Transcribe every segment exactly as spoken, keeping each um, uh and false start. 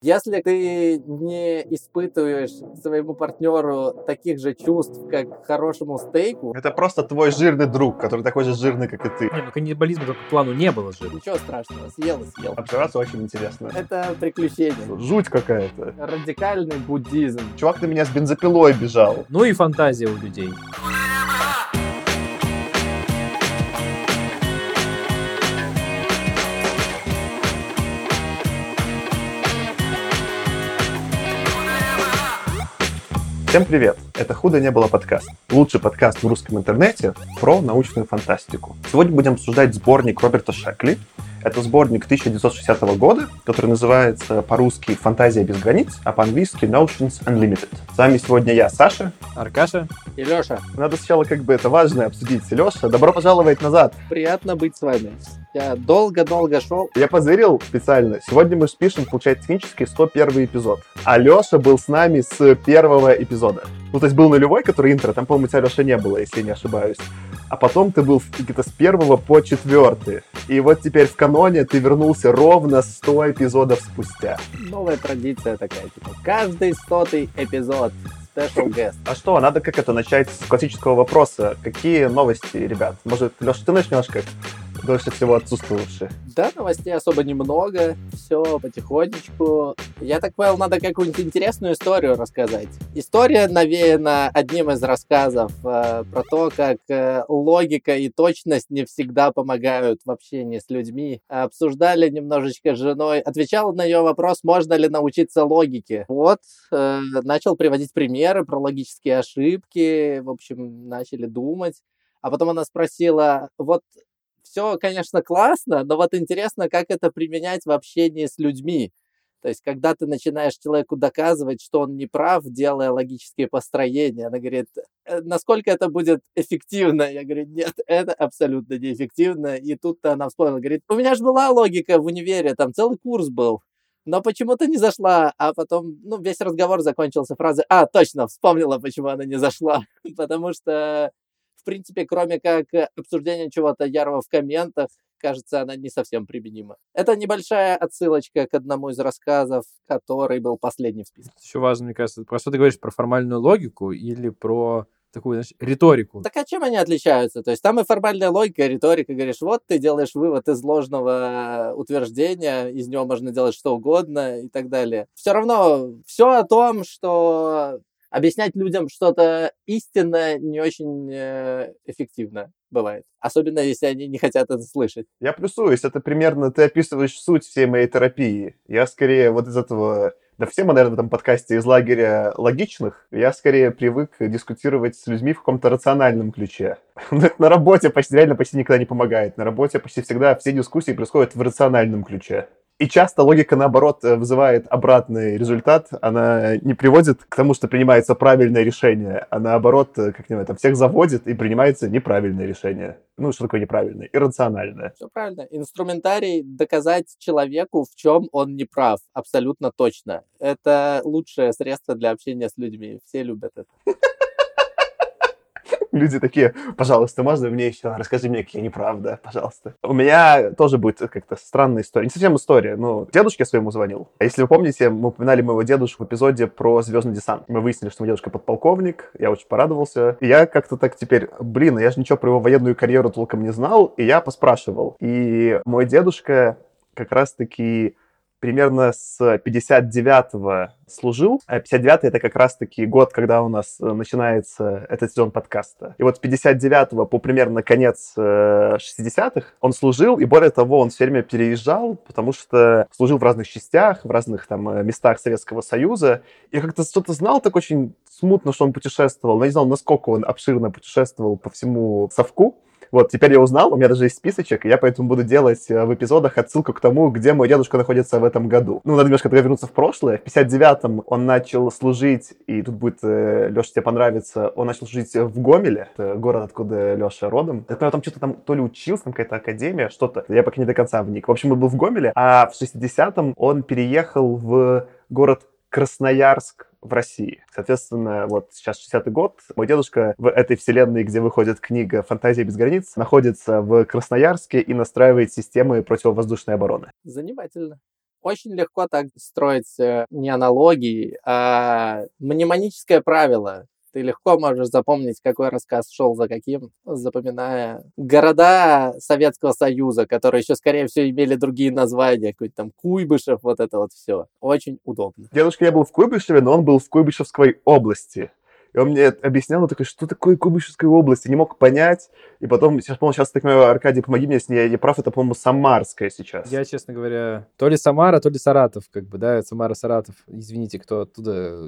Если ты не испытываешь своему партнеру таких же чувств, как к хорошему стейку... Это просто твой жирный друг, который такой же жирный, как и ты. Не, ну каннибализма только плану не было же. Ничего страшного, съел и съел. Обжираться очень интересно. Это приключение. Жуть какая-то. Радикальный буддизм. Чувак на меня с бензопилой бежал. Ну и фантазия у людей. Всем привет! Это «Худо не было» подкаст. Лучший подкаст в русском интернете про научную фантастику. Сегодня будем обсуждать сборник Роберта Шекли. Это сборник тысяча девятьсот шестидесятого года, который называется по-русски «Фантазия без границ», а по-английски «Notions Unlimited». С вами сегодня я, Саша. Аркаша. И Леша. Надо сначала как бы это важное обсудить. Леша, добро пожаловать назад. Приятно быть с вами. Я долго-долго шел. Я позырил специально. Сегодня мы спишем, получается, технически сто первый эпизод. А Леша был с нами с первого эпизода. Ну, то есть был нулевой, который интро. Там, по-моему, тебя, Леша, не было, если я не ошибаюсь. А потом ты был где-то с первого по четвертый. И вот теперь в каноне ты вернулся ровно сто эпизодов спустя. Новая традиция такая, типа, каждый сотый эпизод. Special guest. А что, надо как это начать с классического вопроса. Какие новости, ребят? Может, Леша, ты начнешь как дольше всего отсутствовавший? Да, новостей особо немного. Все потихонечку. Я так понял, надо какую-нибудь интересную историю рассказать. История навеяна одним из рассказов э, про то, как э, логика и точность не всегда помогают в общении с людьми. Обсуждали немножечко с женой. Отвечал на ее вопрос, можно ли научиться логике. Вот, э, начал приводить примеры про логические ошибки. В общем, начали думать. А потом она спросила, вот все, конечно, классно, но вот интересно, как это применять в общении с людьми. То есть, когда ты начинаешь человеку доказывать, что он не прав, делая логические построения, она говорит, насколько это будет эффективно? Я говорю, нет, это абсолютно неэффективно. И тут-то она вспомнила, говорит, у меня же была логика в универе, там целый курс был, но почему-то не зашла. А потом, ну, весь разговор закончился фразой, а, точно, вспомнила, почему она не зашла. Потому что в принципе, кроме как обсуждения чего-то ярого в комментах, кажется, она не совсем применима. Это небольшая отсылочка к одному из рассказов, который был последний в списке. Еще важно, мне кажется, про что ты говоришь, про формальную логику или про такую, знаешь, риторику? Так а чем они отличаются? То есть там и формальная логика, и риторика. Говоришь, вот ты делаешь вывод из ложного утверждения, из него можно делать что угодно и так далее. Все равно все о том, что объяснять людям что-то истинное не очень э, эффективно бывает. Особенно, если они не хотят это слышать. Я плюсуюсь. Это примерно ты описываешь суть всей моей терапии. Я скорее вот из этого... Да все мы, наверное, в этом подкасте из лагеря логичных. Я скорее привык дискутировать с людьми в каком-то рациональном ключе. На работе почти, реально почти никогда не помогает. На работе почти всегда все дискуссии происходят в рациональном ключе. И часто логика, наоборот, вызывает обратный результат. Она не приводит к тому, что принимается правильное решение, а наоборот, как не знаю, там, всех заводит и принимается неправильное решение. Ну, что такое неправильное? Иррациональное. Все правильно. Инструментарий доказать человеку, в чем он не прав. Абсолютно точно. Это лучшее средство для общения с людьми. Все любят это. Люди такие, пожалуйста, можно мне еще, расскажи мне, какие неправда, пожалуйста. У меня тоже будет как-то странная история. Не совсем история, но дедушке своему звонил. А если вы помните, мы упоминали моего дедушку в эпизоде про «Звездный десант». Мы выяснили, что мой дедушка подполковник, я очень порадовался. И я как-то так теперь, блин, я же ничего про его военную карьеру толком не знал, и я поспрашивал. И мой дедушка как раз-таки... примерно с пятьдесят девятого служил. А пятьдесят девятый это как раз-таки год, когда у нас начинается этот сезон подкаста. И вот с пятьдесят девятого по примерно конец шестидесятых он служил, и более того, он все время переезжал, потому что служил в разных частях, в разных там местах Советского Союза. И как-то что-то знал так очень смутно, что он путешествовал, но не знал, насколько он обширно путешествовал по всему совку. Вот, теперь я узнал, у меня даже есть списочек, и я поэтому буду делать в эпизодах отсылку к тому, где мой дедушка находится в этом году. Ну, надо немножко тогда вернуться в прошлое. В пятьдесят девятом он начал служить, и тут будет, э, Леша, тебе понравится, он начал служить в Гомеле, это город, откуда Леша родом. Я там что-то там то ли учился, там какая-то академия, что-то. Я пока не до конца вник. В общем, он был в Гомеле, а в шестидесятом он переехал в город Красноярск в России. Соответственно, вот сейчас шестидесятый год. Мой дедушка в этой вселенной, где выходит книга «Фантазия без границ», находится в Красноярске и настраивает системы противовоздушной обороны. Занимательно. Очень легко так строить э, не аналогии, а мнемоническое правило. Ты легко можешь запомнить, какой рассказ шел за каким, запоминая города Советского Союза, которые еще, скорее всего, имели другие названия, какой-то там Куйбышев, вот это вот все. Очень удобно. Дедушка я был в Куйбышеве, но он был в Куйбышевской области. И он мне объяснял, он такой, что такое Куйбышевская область? Я не мог понять. И потом, сейчас, по-моему, сейчас, так понимаю, Аркадий, помоги мне, если я не прав, это, по-моему, Самарская сейчас. Я, честно говоря, то ли Самара, то ли Саратов, как бы, да, Самара, Саратов. Извините, кто оттуда.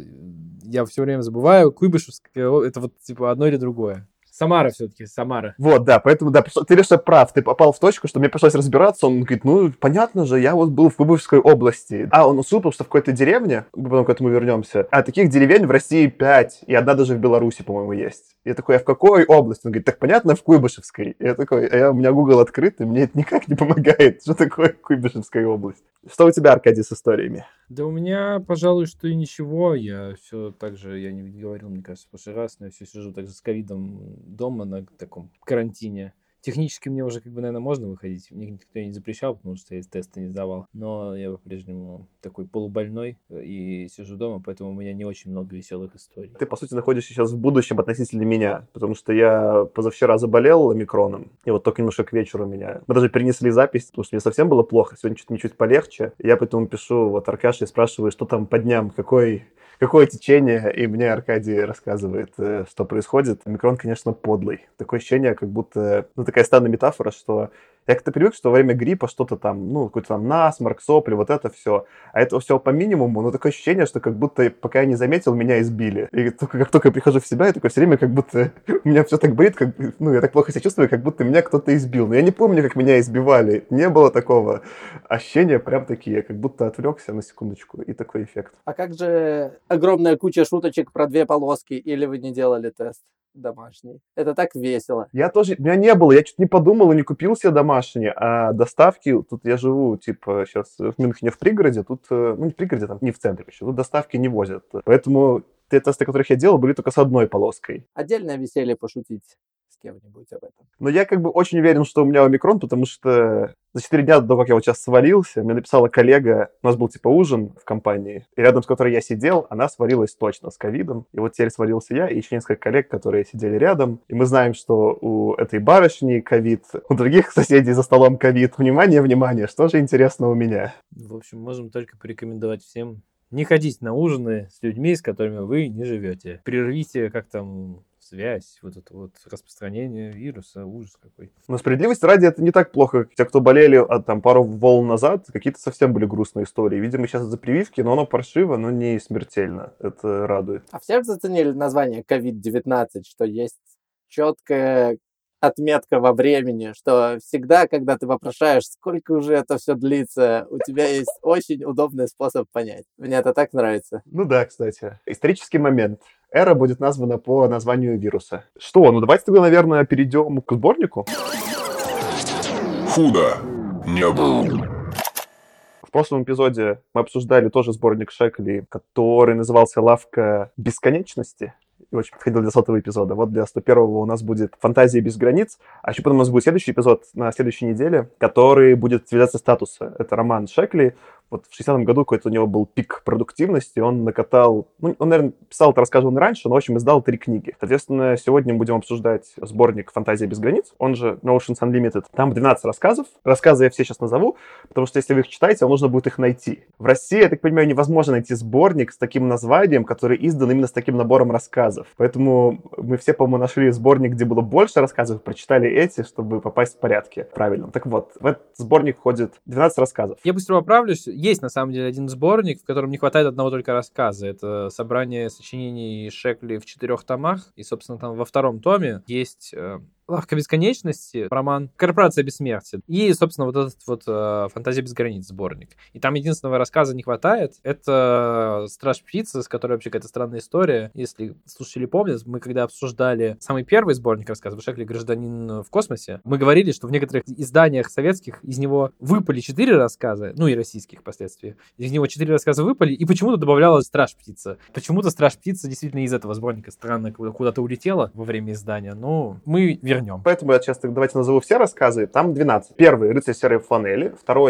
Я все время забываю. Куйбышевская, это вот, типа, одно или другое. Самара все-таки, Самара. Вот, да, поэтому, да, ты, Леша, прав, ты попал в точку, что мне пришлось разбираться, он говорит, ну, понятно же, я вот был в Куйбышевской области. А, он усупил, что в какой-то деревне, мы потом к этому вернемся, а таких деревень в России пять, и одна даже в Беларуси, по-моему, есть. Я такой, а в какой области? Он говорит, так понятно, в Куйбышевской. И я такой, а я, у меня Google открыт, и мне это никак не помогает. Что такое Куйбышевская область? Что у тебя, Аркадий, с историями? Да у меня, пожалуй, что и ничего. Я все так же, я не говорил, мне кажется, в прошлый раз, но я все сижу так же с ковидом дома на таком карантине. Технически мне уже, как бы, наверное, можно выходить. Мне никто не запрещал, потому что я тесты не сдавал. Но я по-прежнему такой полубольной и сижу дома, поэтому у меня не очень много веселых историй. Ты, по сути, находишься сейчас в будущем относительно меня, потому что я позавчера заболел омикроном, и вот только немножко к вечеру меня... Мы даже перенесли запись, потому что мне совсем было плохо, сегодня что-то мне чуть полегче. Я поэтому пишу вот Аркаше и спрашиваю, что там по дням, какой... Какое течение, и мне Аркадий рассказывает, что происходит. Омикрон, конечно, подлый. Такое ощущение, как будто... Ну, такая странная метафора, что... Я как-то привык, что во время гриппа что-то там, ну, какой-то там насморк, сопли, вот это все. А это все по минимуму, но такое ощущение, что как будто, пока я не заметил, меня избили. И только, как только я прихожу в себя, я такой все время как будто... У меня все так болит, как... Ну, я так плохо себя чувствую, как будто меня кто-то избил. Но я не помню, как меня избивали. Не было такого ощущения, прям такие, как будто отвлекся на секундочку, и такой эффект. А как же огромная куча шуточек про две полоски, или вы не делали тест домашний? Это так весело. Я тоже... У меня не было, я чуть не подумал и не купил себе домашние, а доставки... Тут я живу, типа, сейчас в Мюнхене в пригороде, тут... Ну, не в пригороде, там, не в центре еще, тут доставки не возят. Поэтому те тесты, которых я делал, были только с одной полоской. Отдельное веселье пошутить с кем-нибудь об этом. Но я как бы очень уверен, что у меня омикрон, потому что за четыре дня до того, как я вот сейчас свалился, мне написала коллега, у нас был типа ужин в компании, и рядом с которой я сидел, она свалилась точно с ковидом. И вот теперь свалился я и еще несколько коллег, которые сидели рядом. И мы знаем, что у этой барышни ковид, у других соседей за столом ковид. Внимание, внимание, что же интересно у меня? В общем, можем только порекомендовать всем не ходить на ужины с людьми, с которыми вы не живете. Прервите, как там... связь, вот это вот распространение вируса, ужас какой. Но справедливости ради, это не так плохо. Те, кто болели от, там, пару волн назад, какие-то совсем были грустные истории. Видимо, сейчас из-за прививки, но оно паршиво, но не смертельно. Это радует. А все заценили название ковид девятнадцать, что есть четкая отметка во времени, что всегда, когда ты вопрошаешь, сколько уже это все длится, у тебя есть очень удобный способ понять. Мне это так нравится. Ну да, кстати. Исторический момент. Эра будет названа по названию вируса. Что, ну давайте тогда, наверное, перейдем к сборнику. Худо не было. В прошлом эпизоде мы обсуждали тоже сборник Шекли, который назывался «Лавка бесконечности». И очень подходил для сотого эпизода. Вот для сто первого у нас будет «Фантазия без границ». А еще потом у нас будет следующий эпизод на следующей неделе, который будет «Цивилизация статуса». Это роман Шекли. Вот в шестидесятом году какой-то у него был пик продуктивности. Он накатал... Ну, он, наверное, писал это, рассказывал раньше, но, в общем, издал три книги. Соответственно, сегодня мы будем обсуждать сборник «Фантазия без границ», он же No Oceans Unlimited. Там двенадцать рассказов. Рассказы я все сейчас назову, потому что если вы их читаете, вам нужно будет их найти. В России, я так понимаю, невозможно найти сборник с таким названием, который издан именно с таким набором рассказов. Поэтому мы все, по-моему, нашли сборник, где было больше рассказов, прочитали эти, чтобы попасть в порядке правильно. Так вот, в этот сборник входит двенадцать рассказов. Я быстро поправлюсь. Есть, на самом деле, один сборник, в котором не хватает одного только рассказа. Это собрание сочинений Шекли в четырех томах. И, собственно, там во втором томе есть... «Лавка бесконечности», роман «Корпорация бессмертия» и, собственно, вот этот вот э, «Фантазия без границ» сборник. И там единственного рассказа не хватает. Это «Страж птицы», с которой вообще какая-то странная история. Если слушатели помнят, мы когда обсуждали самый первый сборник рассказов Шекли «Гражданин в космосе», мы говорили, что в некоторых изданиях советских из него выпали четыре рассказа, ну и российских впоследствии. Из него четыре рассказа выпали, и почему-то добавлялась «Страж птица». Почему-то «Страж птица» действительно из этого сборника странно куда-то улетела во время издания, но мы вернем. Поэтому я сейчас давайте назову все рассказы. Там двенадцать. Первый — «Рыцарь серой фланели». Второй —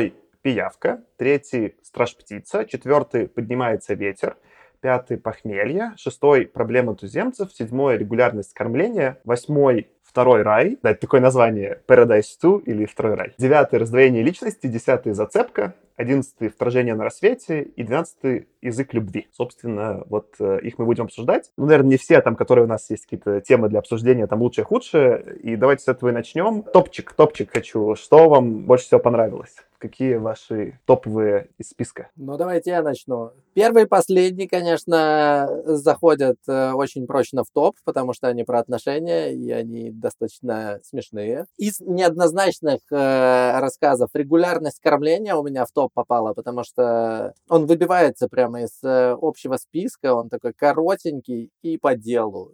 «Пиявка», третий «Страж-птица», четвертый «Поднимается ветер», пятый «Похмелье», шестой «Проблема туземцев», седьмой «Регулярность кормления», восьмой «Второй рай», да, это такое название, Paradise два или «Второй рай», девятый «Раздвоение личности», десятый «Зацепка», одиннадцатый «Вторжение на рассвете» и двенадцатый «Язык любви». Собственно, вот э, их мы будем обсуждать. Ну, наверное, не все там, которые у нас есть какие-то темы для обсуждения, там лучшее, худшее. И давайте с этого и начнем. Топчик, топчик хочу. Что вам больше всего понравилось? Какие ваши топовые из списка? Ну, давайте я начну. Первый и последний, конечно, заходят э, очень прочно в топ, потому что они про отношения, и они достаточно смешные. Из неоднозначных э, рассказов «Регулярность кормления» у меня в топ попала, потому что он выбивается прямо из э, общего списка, он такой коротенький и по делу,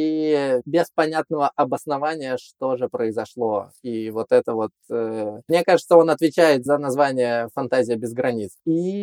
и без понятного обоснования, что же произошло. И вот это вот... Э, мне кажется, он отвечает за название «Фантазия без границ».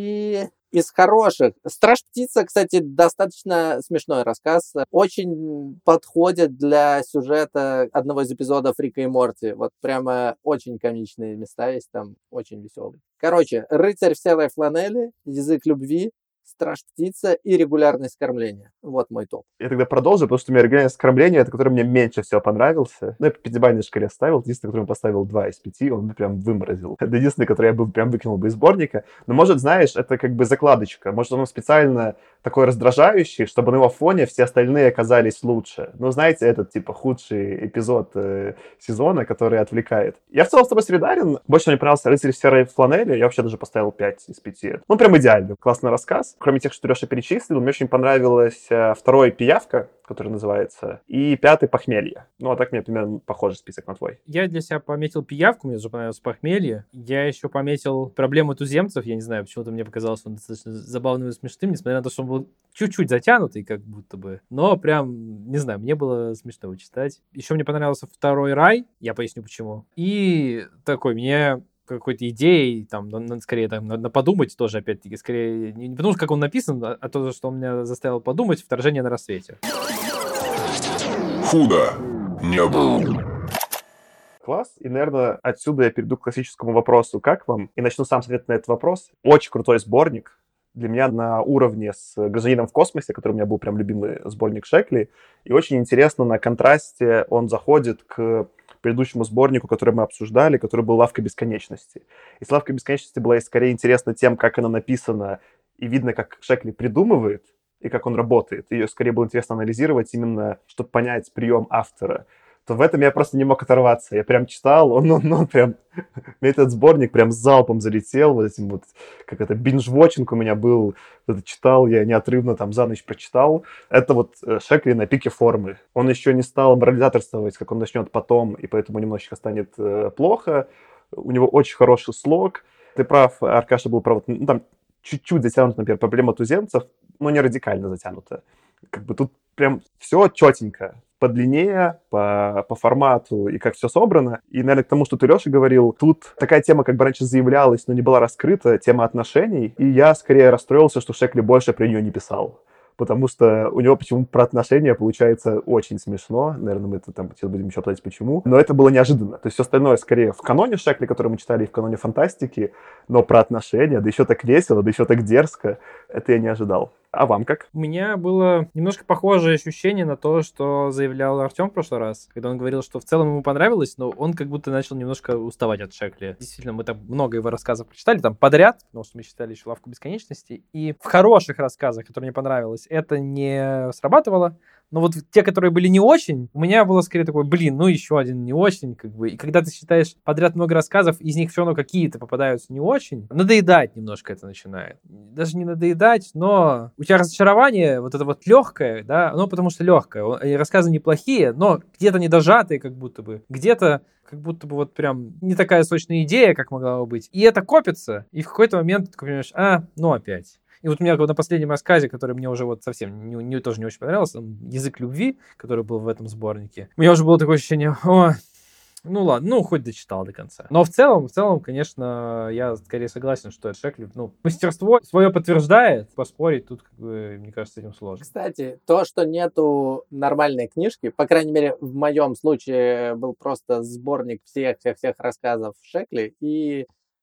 И из хороших... «Страж-птица», кстати, достаточно смешной рассказ. Очень подходит для сюжета одного из эпизодов «Рика и Морти». Вот прямо очень комичные места есть там, очень веселые. Короче, «Рыцарь в серой фланели», «Язык любви», «Страж-птица» и «Регулярность кормления». Вот мой топ. Я тогда продолжу, потому что у меня «Регулярность кормления» — это который мне меньше всего понравился. Ну, я по пятибалльной шкале ставил. Единственный, который поставил два из пяти, он мне прям выморозил. Это единственный, который я бы прям выкинул бы из сборника. Но, может, знаешь, это как бы закладочка. Может, он специально такой раздражающий, чтобы на его фоне все остальные оказались лучше. Ну, знаете, этот, типа, худший эпизод э, сезона, который отвлекает. Я в целом с тобой солидарен. Больше мне понравился «Рыцарь в серой фланели». Я вообще даже поставил пять из пяти. Ну, прям идеально. Классный рассказ. Кроме тех, что Леша перечислил, мне очень понравилось э, второй «Пиявка», который называется, и пятый «Похмелье». Ну, а так мне примерно похожий список на твой. Я для себя пометил «Пиявку», мне уже понравилось «Похмелье». Я еще пометил «Проблему туземцев». Я не знаю, почему-то мне показалось, он достаточно забавным и смешным, несмотря на то, что он был чуть-чуть затянутый, как будто бы. Но прям, не знаю, мне было смешно его читать. Еще мне понравился «Второй рай». Я поясню, почему. И такой, мне... какой-то идеей, там, надо скорее там, надо подумать тоже, опять-таки, скорее, не потому что как он написан, а, а то, что он меня заставил подумать, «Вторжение на рассвете». Худо не было. Класс. И, наверное, отсюда я перейду к классическому вопросу «Как вам?» и начну сам ответ на этот вопрос. Очень крутой сборник. Для меня на уровне с «Гражданином в космосе», который у меня был прям любимый сборник Шекли. И очень интересно, на контрасте он заходит к предыдущему сборнику, который мы обсуждали, который был «Лавка бесконечности». И «Лавка бесконечности» была скорее интересна тем, как она написана, и видно, как Шекли придумывает, и как он работает. Ее скорее было интересно анализировать именно, чтобы понять прием автора. То в этом я просто не мог оторваться. Я прям читал, он, он, он прям... Этот сборник прям залпом залетел, вот этим вот, как это, бинж-вотчинг у меня был. Это читал, я неотрывно там за ночь прочитал. Это вот Шекли на пике формы. Он еще не стал морализаторствовать, как он начнет потом, и поэтому немножечко станет э, плохо. У него очень хороший слог. Ты прав, Аркаша был прав, ну, там чуть-чуть затянута, например, «Проблема туземцев», но не радикально затянута. Как бы тут прям все четенько. По длине, по, по формату и как все собрано. И, наверное, к тому, что ты, Леша, говорил, тут такая тема, как бы раньше заявлялась, но не была раскрыта, тема отношений. И я скорее расстроился, что Шекли больше про нее не писал. Потому что у него почему-то про отношения получается очень смешно. Наверное, мы это там сейчас будем еще обсуждать, почему. Но это было неожиданно. То есть все остальное скорее в каноне Шекли, который мы читали, и в каноне фантастики. Но про отношения, да еще так весело, да еще так дерзко, это я не ожидал. А вам как? У меня было немножко похожее ощущение на то, что заявлял Артем в прошлый раз, когда он говорил, что в целом ему понравилось, но он как будто начал немножко уставать от Шекли. Действительно, мы там много его рассказов прочитали, там подряд, потому что мы читали еще «Лавку бесконечности», и в хороших рассказах, которые мне понравилось, это не срабатывало. Но вот те, которые были не очень, у меня было скорее такой, блин, ну еще один не очень, как бы. И когда ты читаешь подряд много рассказов, из них все равно какие-то попадаются не очень, надоедать немножко это начинает. Даже не надоедать, но у тебя разочарование, вот это вот легкое, да, оно потому что легкое. И рассказы неплохие, но где-то недожатые как будто бы, где-то как будто бы вот прям не такая сочная идея, как могла бы быть. И это копится, и в какой-то момент ты понимаешь, а, ну опять. И вот у меня на последнем рассказе, который мне уже вот совсем не, не, тоже не очень понравился, «Язык любви», который был в этом сборнике, у меня уже было такое ощущение, о, ну ладно, ну хоть дочитал до конца. Но в целом, в целом, конечно, я скорее согласен, что Шекли, ну, мастерство свое подтверждает, поспорить тут, как бы, мне кажется, с этим сложно. Кстати, то, что нету нормальной книжки, по крайней мере, в моем случае был просто сборник всех-всех-всех рассказов Шекли, и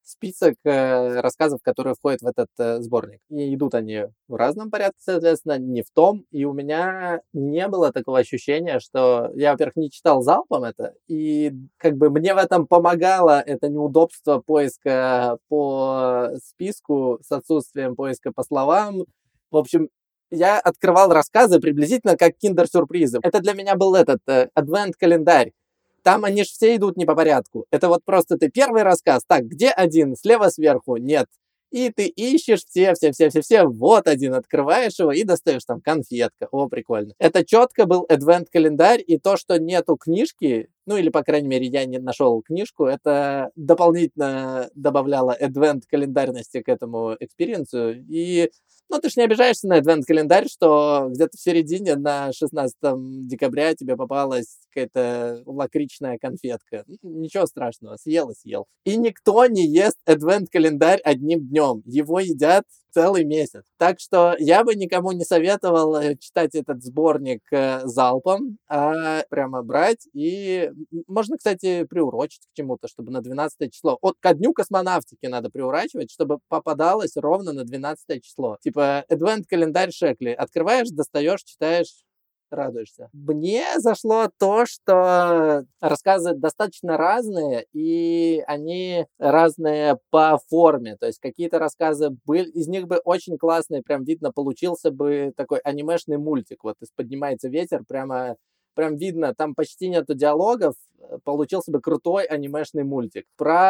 список э, рассказов, которые входят в этот э, сборник. И идут они в разном порядке, соответственно, не в том. И у меня не было такого ощущения, что я, во-первых, не читал залпом это, и как бы мне в этом помогало это неудобство поиска по списку с отсутствием поиска по словам. В общем, я открывал рассказы приблизительно как киндер-сюрпризы. Это для меня был этот э, адвент-календарь. Там они же все идут не по порядку. Это вот просто ты первый рассказ. Так, где один? Слева сверху? Нет. И ты ищешь все, все, все, все, все. Вот один. Открываешь его и достаешь там конфетка. О, прикольно. Это четко был адвент-календарь. И то, что нету книжки, ну или, по крайней мере, я не нашел книжку, это дополнительно добавляло адвент-календарности к этому экспириенсу. И ну, ты ж не обижаешься на адвент-календарь, что где-то в середине, на шестнадцатого декабря тебе попалась какая-то лакричная конфетка. Ничего страшного, съел и съел. И никто не ест адвент-календарь одним днем. Его едят целый месяц. Так что я бы никому не советовал читать этот сборник залпом, а прямо брать. И можно, кстати, приурочить к чему-то, чтобы на двенадцатое число. Вот ко дню космонавтики надо приурачивать, чтобы попадалось ровно на двенадцатое число. Типа адвент-календарь Шекли. Открываешь, достаешь, читаешь, радуешься. Мне зашло то, что рассказы достаточно разные, и они разные по форме. То есть какие-то рассказы были, из них бы очень классные, прям видно, получился бы такой анимешный мультик. Вот из «Поднимается ветер», прямо прям видно, там почти нету диалогов, получился бы крутой анимешный мультик.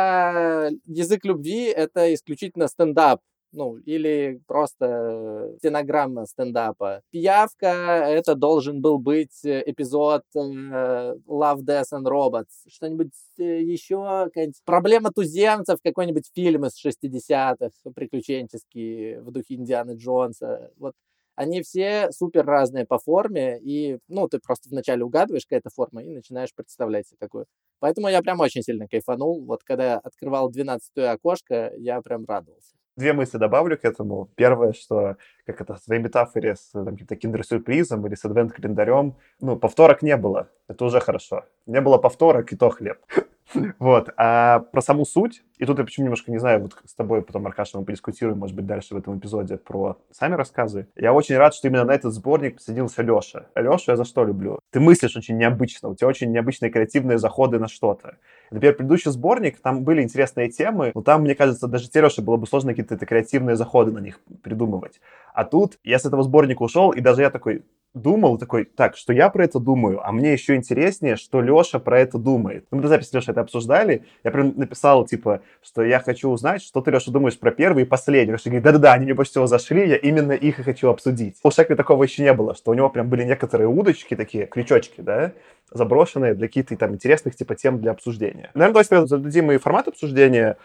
Про язык любви это исключительно стендап. Ну, или просто стенограмма стендапа. «Пиявка» — это должен был быть эпизод э, Love, Death and Robots. Что-нибудь еще? Проблема туземцев, какой-нибудь фильм из шестидесятых, приключенческий, в духе Индианы Джонса. Вот. Они все супер разные по форме, и, ну, ты просто вначале угадываешь, какая это форма, и начинаешь представлять себе такую. Поэтому я прям очень сильно кайфанул. Вот когда я открывал двенадцатое окошко, я прям радовался. Две мысли добавлю к этому. Первое, что, как это, в своей метафоре с там, каким-то киндер-сюрпризом или с адвент-календарем, ну, повторок не было. Это уже хорошо. Не было повторок, и то хлеб. Вот. А про саму суть, и тут я почему немножко не знаю, вот с тобой потом, Аркаша, мы подискутируем, может быть, дальше в этом эпизоде про сами рассказы. Я очень рад, что именно на этот сборник присоединился Леша. Леша я за что люблю? Ты мыслишь очень необычно, у тебя очень необычные креативные заходы на что-то. Например, предыдущий сборник, там были интересные темы, но там, мне кажется, даже тебе, Леша, было бы сложно какие-то креативные заходы на них придумывать. А тут я с этого сборника ушел, и даже я такой... думал, такой, так, что я про это думаю, а мне еще интереснее, что Леша про это думает. Мы до записи, Леша, это обсуждали, я прям написал, типа, что я хочу узнать, что ты, Леша, думаешь про первый и последний. Леша говорит, да-да-да, они мне больше всего зашли, я именно их и хочу обсудить. У Шекли такого еще не было, что у него прям были некоторые удочки такие, крючочки, да, заброшенные для каких-то там интересных, типа, тем для обсуждения. Наверное, давайте зададим и формат обсуждения.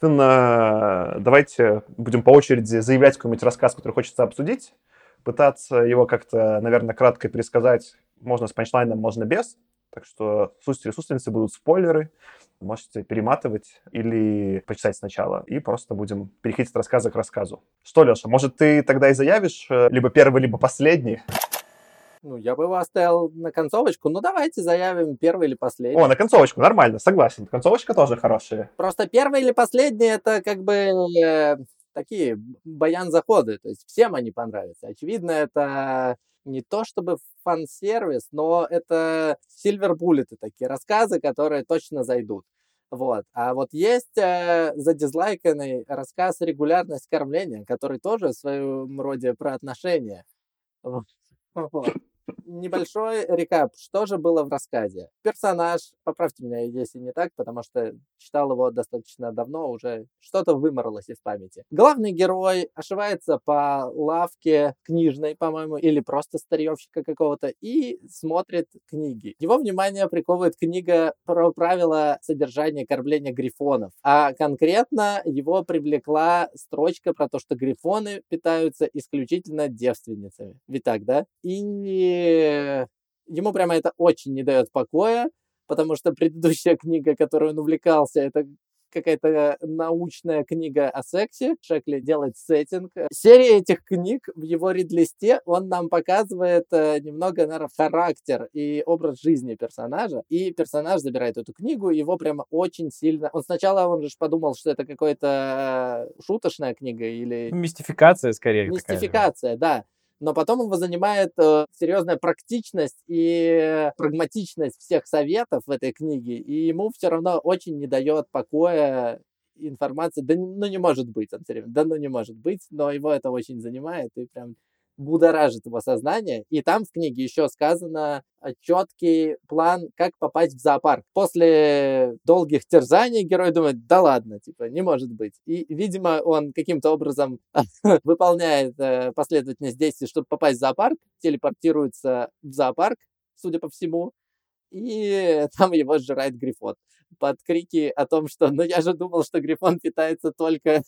Собственно, давайте будем по очереди заявлять какой-нибудь рассказ, который хочется обсудить, пытаться его как-то, наверное, кратко пересказать можно с панчлайном, можно без. Так что слушатели и слушательницы будут спойлеры. Можете перематывать или почитать сначала. И просто будем переходить от рассказа к рассказу. Что, Леша, может, ты тогда и заявишь либо первый, либо последний? Ну, я бы его оставил на концовочку. Ну, давайте заявим первый или последний. О, на концовочку, нормально, согласен. Концовочка тоже хорошая. Просто первый или последний — это как бы... Э... такие баян-заходы, то есть всем они понравятся. Очевидно, это не то чтобы фан-сервис, но это сильвер-буллеты такие, рассказы, которые точно зайдут. Вот. А вот есть э, задизлайканный рассказ «Регулярность кормления», который тоже в своем роде про отношения. Вот. Небольшой рекап, что же было в рассказе. Персонаж, поправьте меня, если не так, потому что читал его достаточно давно, уже что-то выморалось из памяти. Главный герой ошивается по лавке книжной, по-моему, или просто старьевщика какого-то, и смотрит книги. Его внимание приковывает книга про правила содержания кормления грифонов. А конкретно его привлекла строчка про то, что грифоны питаются исключительно девственницами. Ведь так, да? И ему прямо это очень не дает покоя, потому что предыдущая книга, которой он увлекался, это какая-то научная книга о сексе. Шекли делает сеттинг. Серия этих книг в его рид-листе, он нам показывает немного, наверное, характер и образ жизни персонажа. И персонаж забирает эту книгу, его прямо очень сильно... Он сначала, он же подумал, что это какая-то шуточная книга или... Мистификация, скорее. Мистификация, да. Но потом его занимает э, серьезная практичность и прагматичность всех советов в этой книге, и ему все равно очень не дает покоя информация. Да ну не может быть, он все время, да ну не может быть, но его это очень занимает и прям будоражит его сознание. И там в книге еще сказано четкий план, как попасть в зоопарк. После долгих терзаний герой думает, да ладно, типа, не может быть. И, видимо, он каким-то образом выполняет последовательность действий, чтобы попасть в зоопарк, телепортируется в зоопарк, судя по всему, и там его сжирает Грифон. Под крики о том, что ну я же думал, что Грифон питается только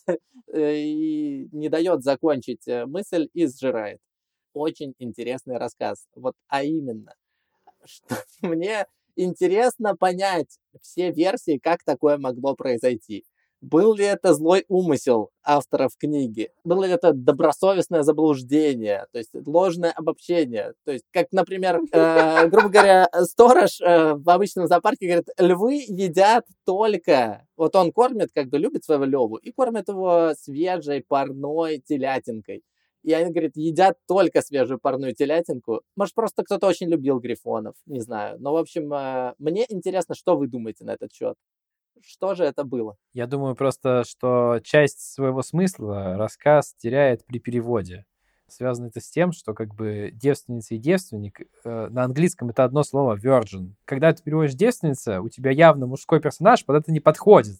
и не дает закончить мысль и сжирает. Очень интересный рассказ. Вот, а именно, что мне интересно понять все версии, как такое могло произойти. Был ли это злой умысел авторов книги? Было ли это добросовестное заблуждение? То есть ложное обобщение? То есть, как, например, э, грубо говоря, сторож э, в обычном зоопарке говорит, львы едят только... Вот он кормит, как бы любит своего льву, и кормит его свежей парной телятинкой. И они, говорят, едят только свежую парную телятинку. Может, просто кто-то очень любил грифонов, не знаю. Но, в общем, э, мне интересно, что вы думаете на этот счет. Что же это было? Я думаю просто, что часть своего смысла рассказ теряет при переводе. Связано это с тем, что как бы девственница и девственник, э, на английском это одно слово virgin. Когда ты переводишь девственница, у тебя явно мужской персонаж под это не подходит.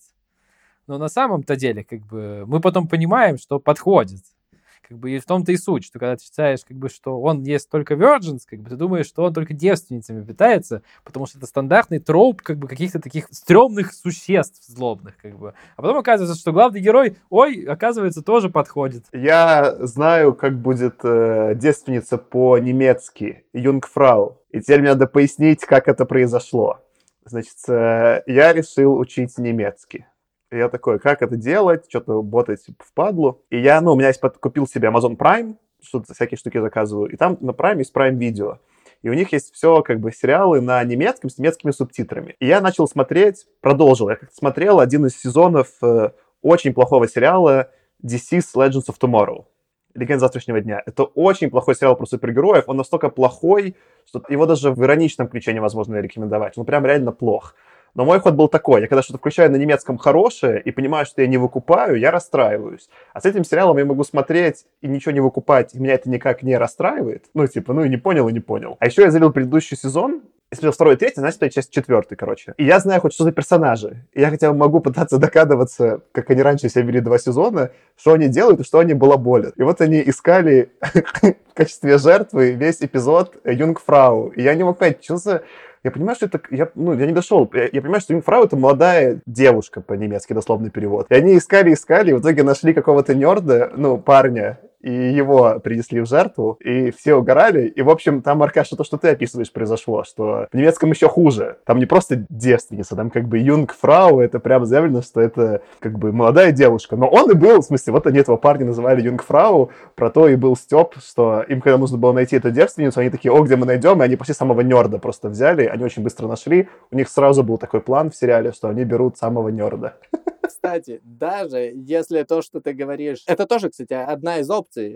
Но на самом-то деле как бы мы потом понимаем, что подходит. Как бы и в том-то и суть, что когда ты считаешь, как бы, что он ест только virgins, как бы ты думаешь, что он только девственницами питается, потому что это стандартный троп, как бы, каких-то таких стрёмных существ злобных, как бы. А потом оказывается, что главный герой, ой, оказывается, тоже подходит. Я знаю, как будет э, девственница по-немецки, юнгфрау. И теперь мне надо пояснить, как это произошло. Значит, э, я решил учить немецкий. Я такой, как это делать? Что-то ботать впадлу. И я, ну, у меня есть, купил себе Amazon Prime, что-то, всякие штуки заказываю. И там на Prime есть Prime Video. И у них есть все, как бы, сериалы на немецком с немецкими субтитрами. И я начал смотреть, продолжил. Я как-то смотрел один из сезонов э, очень плохого сериала ди си Legends of Tomorrow. Легенда завтрашнего дня. Это очень плохой сериал про супергероев. Он настолько плохой, что его даже в ироничном ключе невозможно рекомендовать. Он прям реально плох. Но мой ход был такой, я когда что-то включаю на немецком хорошее и понимаю, что я не выкупаю, я расстраиваюсь. А с этим сериалом я могу смотреть и ничего не выкупать, и меня это никак не расстраивает. Ну, типа, ну и не понял, и не понял. А еще я залил предыдущий сезон, и смотрел второй и третий, значит, часть четвертый, короче. И я знаю хоть что за персонажи. И я хотя бы могу пытаться докадываться, как они раньше себя вели два сезона, что они делают и что они балаболят. И вот они искали в качестве жертвы весь эпизод Юнгфрау. И я не мог понять, что за... Я понимаю, что это... Я, ну, я не дошел. Я, я понимаю, что Юнгфрау — это молодая девушка по-немецки, дословный перевод. И они искали, искали, и в итоге нашли какого-то нерда, ну, парня, и его принесли в жертву, и все угорали. И, в общем, там, Аркаша, то, что ты описываешь, произошло, что в немецком еще хуже. Там не просто девственница, там как бы Юнгфрау, это прям заявлено, что это как бы молодая девушка. Но он и был, в смысле, вот они этого парня называли Юнгфрау, про то и был стёб, что им, когда нужно было найти эту девственницу, они такие, о, где мы найдем? И они почти самого нерда просто взяли, они очень быстро нашли. У них сразу был такой план в сериале, что они берут самого нерда. Кстати, даже если то, что ты говоришь... Это тоже, кстати, одна из опций.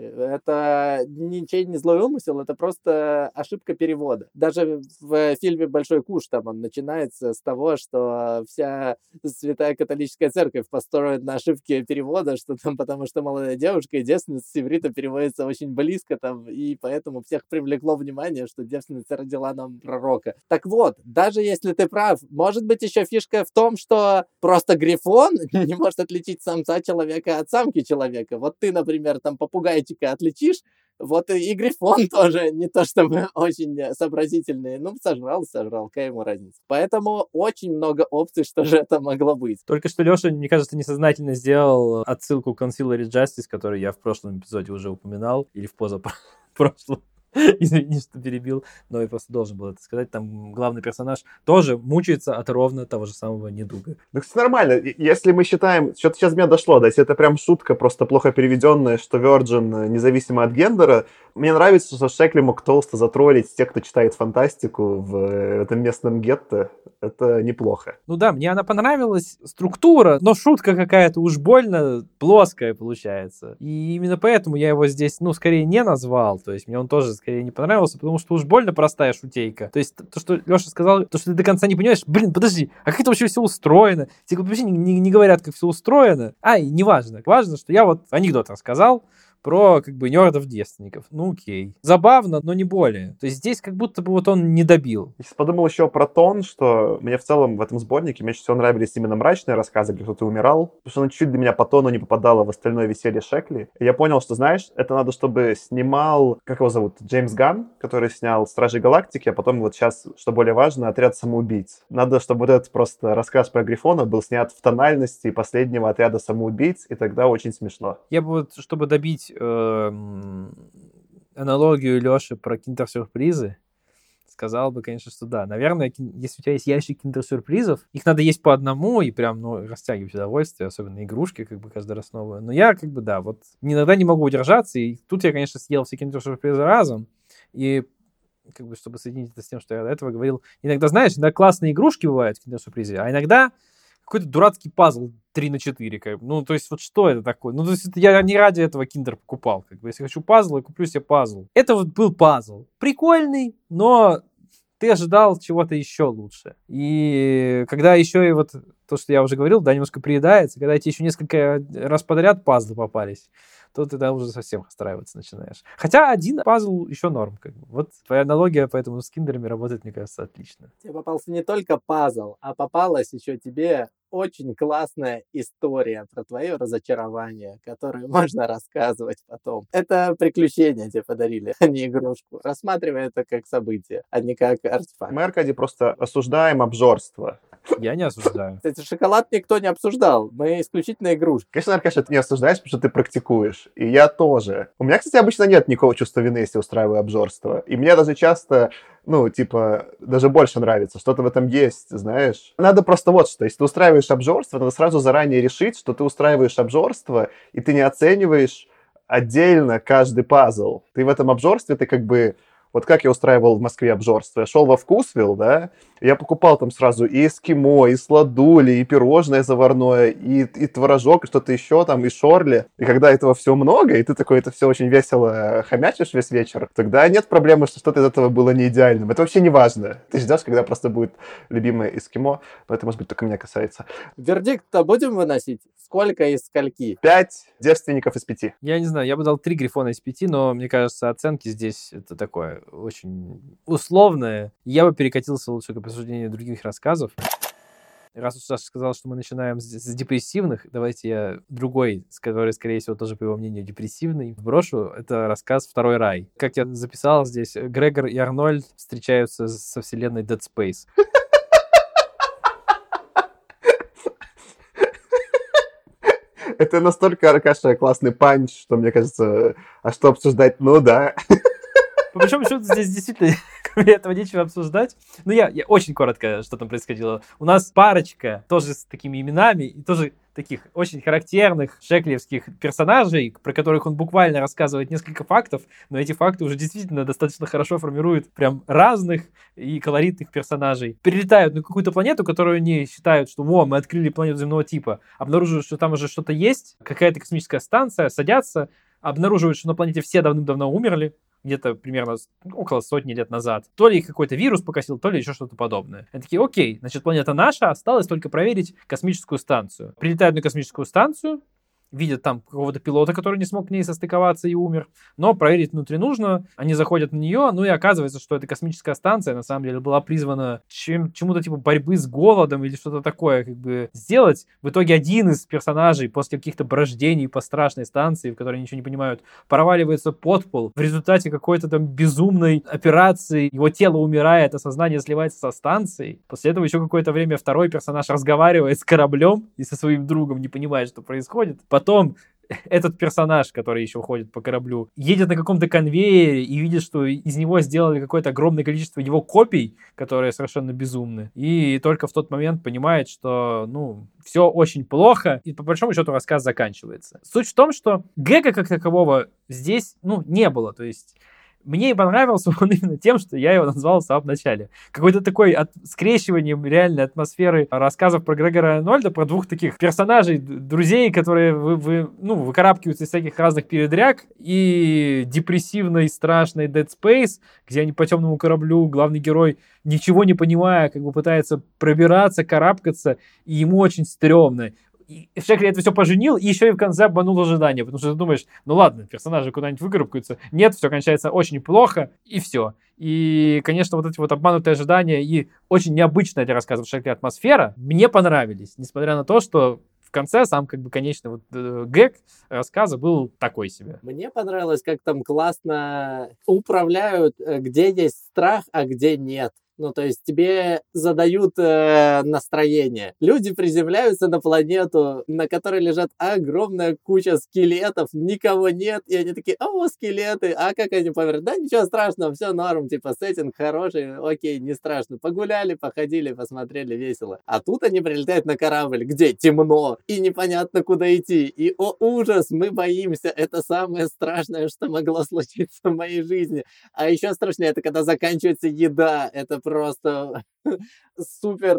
Это ничей не злой умысел, это просто ошибка перевода. Даже в фильме «Большой куш» там он начинается с того, что вся святая католическая церковь построена на ошибке перевода, что там потому что молодая девушка и девственница с иврита переводится очень близко там, и поэтому всех привлекло внимание, что девственница родила нам пророка. Так вот, даже если ты прав, может быть еще фишка в том, что просто Грифон не может отличить самца человека от самки человека. Вот ты, например, там попугайчика отличишь, вот и Грифон тоже не то чтобы очень сообразительный. Ну, сожрал, сожрал, какая ему разница. Поэтому очень много опций, что же это могло быть. Только что Леша, мне кажется, несознательно сделал отсылку к Concealer Justice, который я в прошлом эпизоде уже упоминал, или в позапрошлом. Извини, что перебил, но я просто должен был это сказать. Там главный персонаж тоже мучается от ровно того же самого недуга. Ну, кстати, нормально. Если мы считаем... Что-то сейчас до меня дошло, да, если это прям шутка, просто плохо переведенная, что Virgin независимо от гендера, мне нравится, что Шекли мог толсто затроллить тех, кто читает фантастику в этом местном гетто. Это неплохо. Ну да, мне она понравилась, структура, но шутка какая-то уж больно плоская получается. И именно поэтому я его здесь, ну, скорее не назвал. То есть мне он тоже скорее не понравился, потому что уж больно простая шутейка. То есть то, что Леша сказал, то, что ты до конца не понимаешь, блин, подожди, а как это вообще все устроено? Тебе вообще не, не, не говорят, как все устроено. Ай, неважно. Важно, что я вот анекдот рассказал про, как бы, нердов-девственников. Ну, окей. Забавно, но не более. То есть здесь как будто бы вот он не добил. Я подумал еще про тон, что мне в целом в этом сборнике меньше всего нравились именно мрачные рассказы, где кто-то умирал, потому что оно чуть-чуть для меня по тону не попадало в остальное веселье Шекли. И я понял, что, знаешь, это надо, чтобы снимал, как его зовут, Джеймс Ганн, который снял «Стражи Галактики», а потом вот сейчас, что более важно, «Отряд самоубийц». Надо, чтобы вот этот просто рассказ про Грифона был снят в тональности последнего «Отряда самоубийц», и тогда очень смешно. Я бы вот, чтобы добить аналогию Лёши про киндер-сюрпризы, сказал бы, конечно, что да. Наверное, если у тебя есть ящик киндер-сюрпризов, их надо есть по одному и прям, ну, растягивать удовольствие, особенно игрушки, как бы, каждый раз новые. Но я, как бы, да, вот иногда не могу удержаться, и тут я, конечно, съел все киндер-сюрпризы разом, и как бы, чтобы соединить это с тем, что я до этого говорил, иногда, знаешь, иногда классные игрушки бывают в киндер-сюрпризе, а иногда какой-то дурацкий пазл три на четыре, как бы. Ну, то есть, вот что это такое? Ну, то есть, это я не ради этого киндер покупал, как бы. Если хочу пазл, я куплю себе пазл. Это вот был пазл. Прикольный, но ты ожидал чего-то еще лучше. И когда еще и вот то, что я уже говорил, да, немножко приедается, когда тебе еще несколько раз подряд пазлы попались, то ты тогда уже совсем расстраиваться начинаешь. Хотя один пазл еще норм. Как бы. Вот твоя аналогия поэтому с киндерами работает, мне кажется, отлично. Тебе попался не только пазл, а попалась еще тебе очень классная история про твое разочарование, которую можно рассказывать потом. Это приключения тебе подарили, а не игрушку. Рассматривай это как событие, а не как артефакт. Мы, Аркадий, просто осуждаем обжорство. Я не осуждаю. Кстати, шоколад никто не обсуждал. Мы исключительно игрушки. Конечно, Аркаша, ты не осуждаешь, потому что ты практикуешь. И я тоже. У меня, кстати, обычно нет никакого чувства вины, если устраиваю обжорство. И мне даже часто, ну, типа, даже больше нравится. Что-то в этом есть, знаешь. Надо просто вот что. Если ты устраиваешь обжорство, надо сразу заранее решить, что ты устраиваешь обжорство, и ты не оцениваешь отдельно каждый пазл. Ты в этом обжорстве, ты как бы... Вот как я устраивал в Москве обжорство. Я шел во Вкусвилл, да, и я покупал там сразу и эскимо, и сладули, и пирожное заварное, и, и творожок, и что-то еще там, и шорли. И когда этого все много, и ты такой это все очень весело хомячишь весь вечер, тогда нет проблемы, что что-то из этого было не идеальным. Это вообще не важно. Ты ждешь, когда просто будет любимое эскимо, но это, может быть, только меня касается. Вердикт-то будем выносить? Сколько из скольки? Пять девственников из пяти. Я не знаю, я бы дал три Грифона из пяти, но мне кажется, оценки здесь это такое очень условное. Я бы перекатился лучше к обсуждению других рассказов. Раз уж Саша сказал, что мы начинаем с, с депрессивных, давайте я другой, который, скорее всего, тоже, по его мнению, депрессивный, вброшу. Это рассказ «Второй рай». Как я записал здесь, Грегор и Арнольд встречаются со вселенной Dead Space. Это настолько, Аркаша, классный панч, что, мне кажется, а что обсуждать? Ну да. По большому счету, здесь действительно кроме этого нечего обсуждать. Ну, я, я очень коротко, что там происходило. У нас парочка тоже с такими именами и тоже таких очень характерных шеклиевских персонажей, про которых он буквально рассказывает несколько фактов, но эти факты уже действительно достаточно хорошо формируют прям разных и колоритных персонажей. Перелетают на какую-то планету, которую они считают, что во, мы открыли планету земного типа, обнаруживают, что там уже что-то есть, какая-то космическая станция, садятся, обнаруживают, что на планете все давным-давно умерли, где-то примерно около сотни лет назад. То ли их какой-то вирус покосил, то ли еще что-то подобное. Они такие, окей, значит, планета наша, осталось только проверить космическую станцию. Прилетают на космическую станцию, видят там какого-то пилота, который не смог к ней состыковаться и умер, но проверить внутри нужно. Они заходят на нее, ну и оказывается, что эта космическая станция на самом деле была призвана чем- чему-то типа борьбы с голодом или что-то такое как бы сделать. В итоге один из персонажей после каких-то брождений по страшной станции, в которой ничего не понимают, проваливается под пол. В результате какой-то там безумной операции его тело умирает, а сознание сливается со станцией. После этого еще какое-то время второй персонаж разговаривает с кораблем и со своим другом, не понимая, что происходит. Потом этот персонаж, который еще ходит по кораблю, едет на каком-то конвейере и видит, что из него сделали какое-то огромное количество его копий, которые совершенно безумны. И только в тот момент понимает, что, ну, все очень плохо, и по большому счету рассказ заканчивается. Суть в том, что гэга как такового здесь, ну, не было. То есть мне и понравился он именно тем, что я его назвал в самом начале. Какой-то такой от... скрещиванием реальной атмосферы рассказов про Грегора Арнольда, про двух таких персонажей, друзей, которые вы, вы, ну, выкарабкиваются из всяких разных передряг, и депрессивной, страшной Dead Space, где они по темному кораблю, главный герой, ничего не понимая, как бы пытается пробираться, карабкаться, и ему очень стрёмно. И Шекли это все поженил, и еще и в конце обманул ожидания, потому что ты думаешь, ну ладно, персонажи куда-нибудь выкарабкаются. Нет, все кончается очень плохо, и все. И, конечно, вот эти вот обманутые ожидания и очень необычная для рассказов Шекли атмосфера мне понравились, несмотря на то, что в конце сам как бы конечный вот э, гэг рассказа был такой себе. Мне понравилось, как там классно управляют, где есть страх, а где нет. Ну, то есть тебе задают э, настроение. Люди приземляются на планету, на которой лежат огромная куча скелетов, никого нет, и они такие: о, скелеты, а как они померли? Да ничего страшного, все норм, типа сеттинг хороший, окей, не страшно. Погуляли, походили, посмотрели, весело. А тут они прилетают на корабль, где темно, и непонятно, куда идти. И, о ужас, мы боимся, это самое страшное, что могло случиться в моей жизни. А еще страшнее, это когда заканчивается еда, это просто супер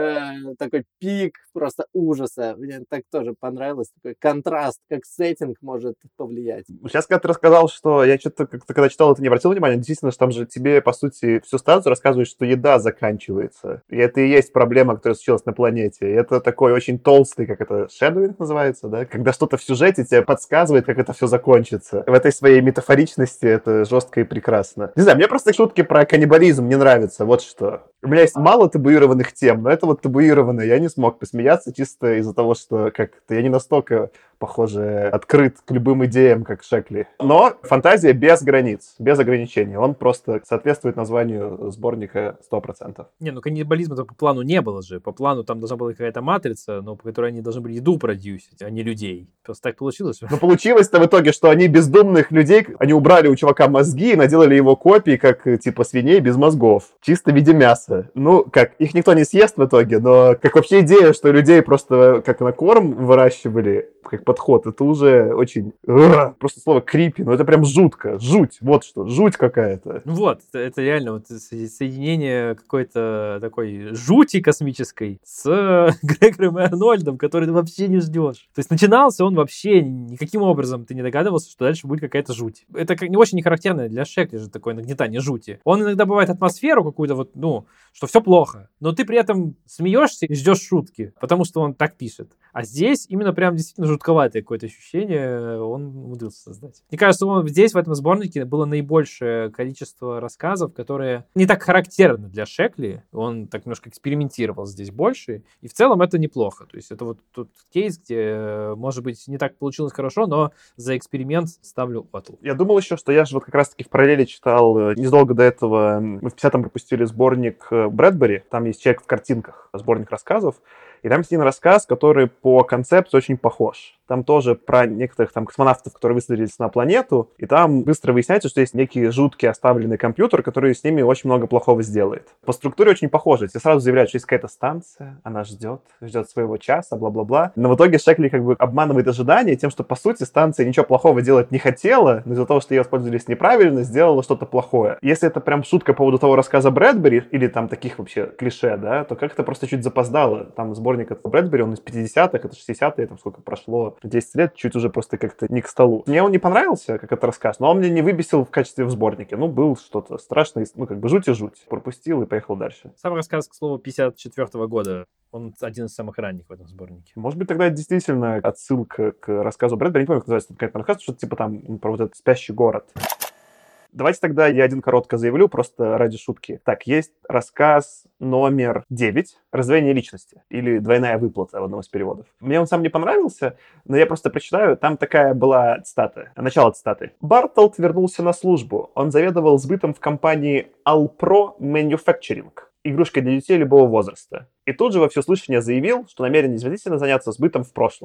э, такой пик просто ужаса. Мне так тоже понравилось. Такой контраст, как сеттинг может повлиять. Сейчас, когда ты рассказал, что я что-то как-то, когда читал, это не обратил внимания, действительно, что там же тебе, по сути, всю станцию рассказывают, что еда заканчивается. И это и есть проблема, которая случилась на планете. И это такой очень толстый, как это, shadowing называется, да? Когда что-то в сюжете тебе подсказывает, как это все закончится. В этой своей метафоричности это жестко и прекрасно. Не знаю, мне просто шутки про каннибализм не нравятся. Вот что. У меня есть мало табуированных тем, но это вот табуированное. Я не смог посмеяться чисто из-за того, что как-то я не настолько, похоже, открыт к любым идеям, как Шекли. Но фантазия без границ, без ограничений. Он просто соответствует названию сборника сто процентов. Не, ну каннибализма по плану не было же. По плану там должна была какая-то матрица, но по которой они должны были еду продюсить, а не людей. Просто так получилось. Но получилось-то в итоге, что они бездумных людей, они убрали у чувака мозги и наделали его копии, как типа свиней без мозгов. Чисто в виде мяса. Ну, как, их никто не съест в итоге, но как вообще идея, что людей просто как на корм выращивали, как подход, это уже очень... Просто слово крипи, ну это прям жутко, жуть, вот что, жуть какая-то. Ну вот, это, это реально вот соединение какой-то такой жути космической с Грегором и Арнольдом, который ты вообще не ждешь. То есть начинался он вообще никаким образом, ты не догадывался, что дальше будет какая-то жуть. Это не очень нехарактерно для Шекли же такое нагнетание жути. Он иногда бывает атмосферу какую-то вот, ну, что все плохо, но ты при этом смеешься и ждешь шутки, потому что он так пишет. А здесь именно прям действительно жутковатое какое-то ощущение он умудрился создать. Мне кажется, он здесь, в этом сборнике, было наибольшее количество рассказов, которые не так характерны для Шекли. Он так немножко экспериментировал здесь больше, и в целом это неплохо. То есть это вот тот кейс, где, может быть, не так получилось хорошо, но за эксперимент ставлю отл. Я думал еще, что я же вот как раз-таки в параллели читал, незадолго до этого, мы в пятидесятом пропустили сборник Брэдбери, там есть «Человек в картинках», сборник рассказов, и там есть один рассказ, который по концепции очень похож. Там тоже про некоторых там космонавтов, которые высадились на планету, и там быстро выясняется, что есть некий жуткий оставленный компьютер, который с ними очень много плохого сделает. По структуре очень похоже. Тебе сразу заявляют, что есть какая-то станция, она ждет, ждет своего часа, бла-бла-бла. Но в итоге Шекли как бы обманывает ожидания тем, что, по сути, станция ничего плохого делать не хотела, но из-за того, что ее использовались неправильно, сделала что-то плохое. Если это прям шутка по поводу того рассказа Брэдбери, или там таких вообще клише, да, то как-то просто чуть запоздало. Там сборник от Брэдбери, он из пятидесятых, это шестидесятые, там сколько прошло, десять лет, чуть уже просто как-то не к столу. Мне он не понравился, как это рассказ, но он меня не выбесил в качестве в сборнике. Ну, был что-то страшное, ну, как бы жуть и жуть. Пропустил и поехал дальше. Сам рассказ, к слову, пятьдесят четвёртого года. Он один из самых ранних в этом сборнике. Может быть, тогда действительно отсылка к рассказу Брэдбери. Не помню, как называется этот рассказ, что-то типа там про вот этот спящий город. Давайте тогда я один коротко заявлю, просто ради шутки. Так, есть рассказ номер девять «Раздвоение личности» или «Двойная выплата» в одном из переводов. Мне он сам не понравился, но я просто прочитаю. Там такая была цитата, начало цитаты. «Бартлд вернулся на службу. Он заведовал сбытом в компании Alpro Manufacturing, игрушкой для детей любого возраста. И тут же во всеуслышание заявил, что намерен незамедлительно заняться сбытом в прошлом.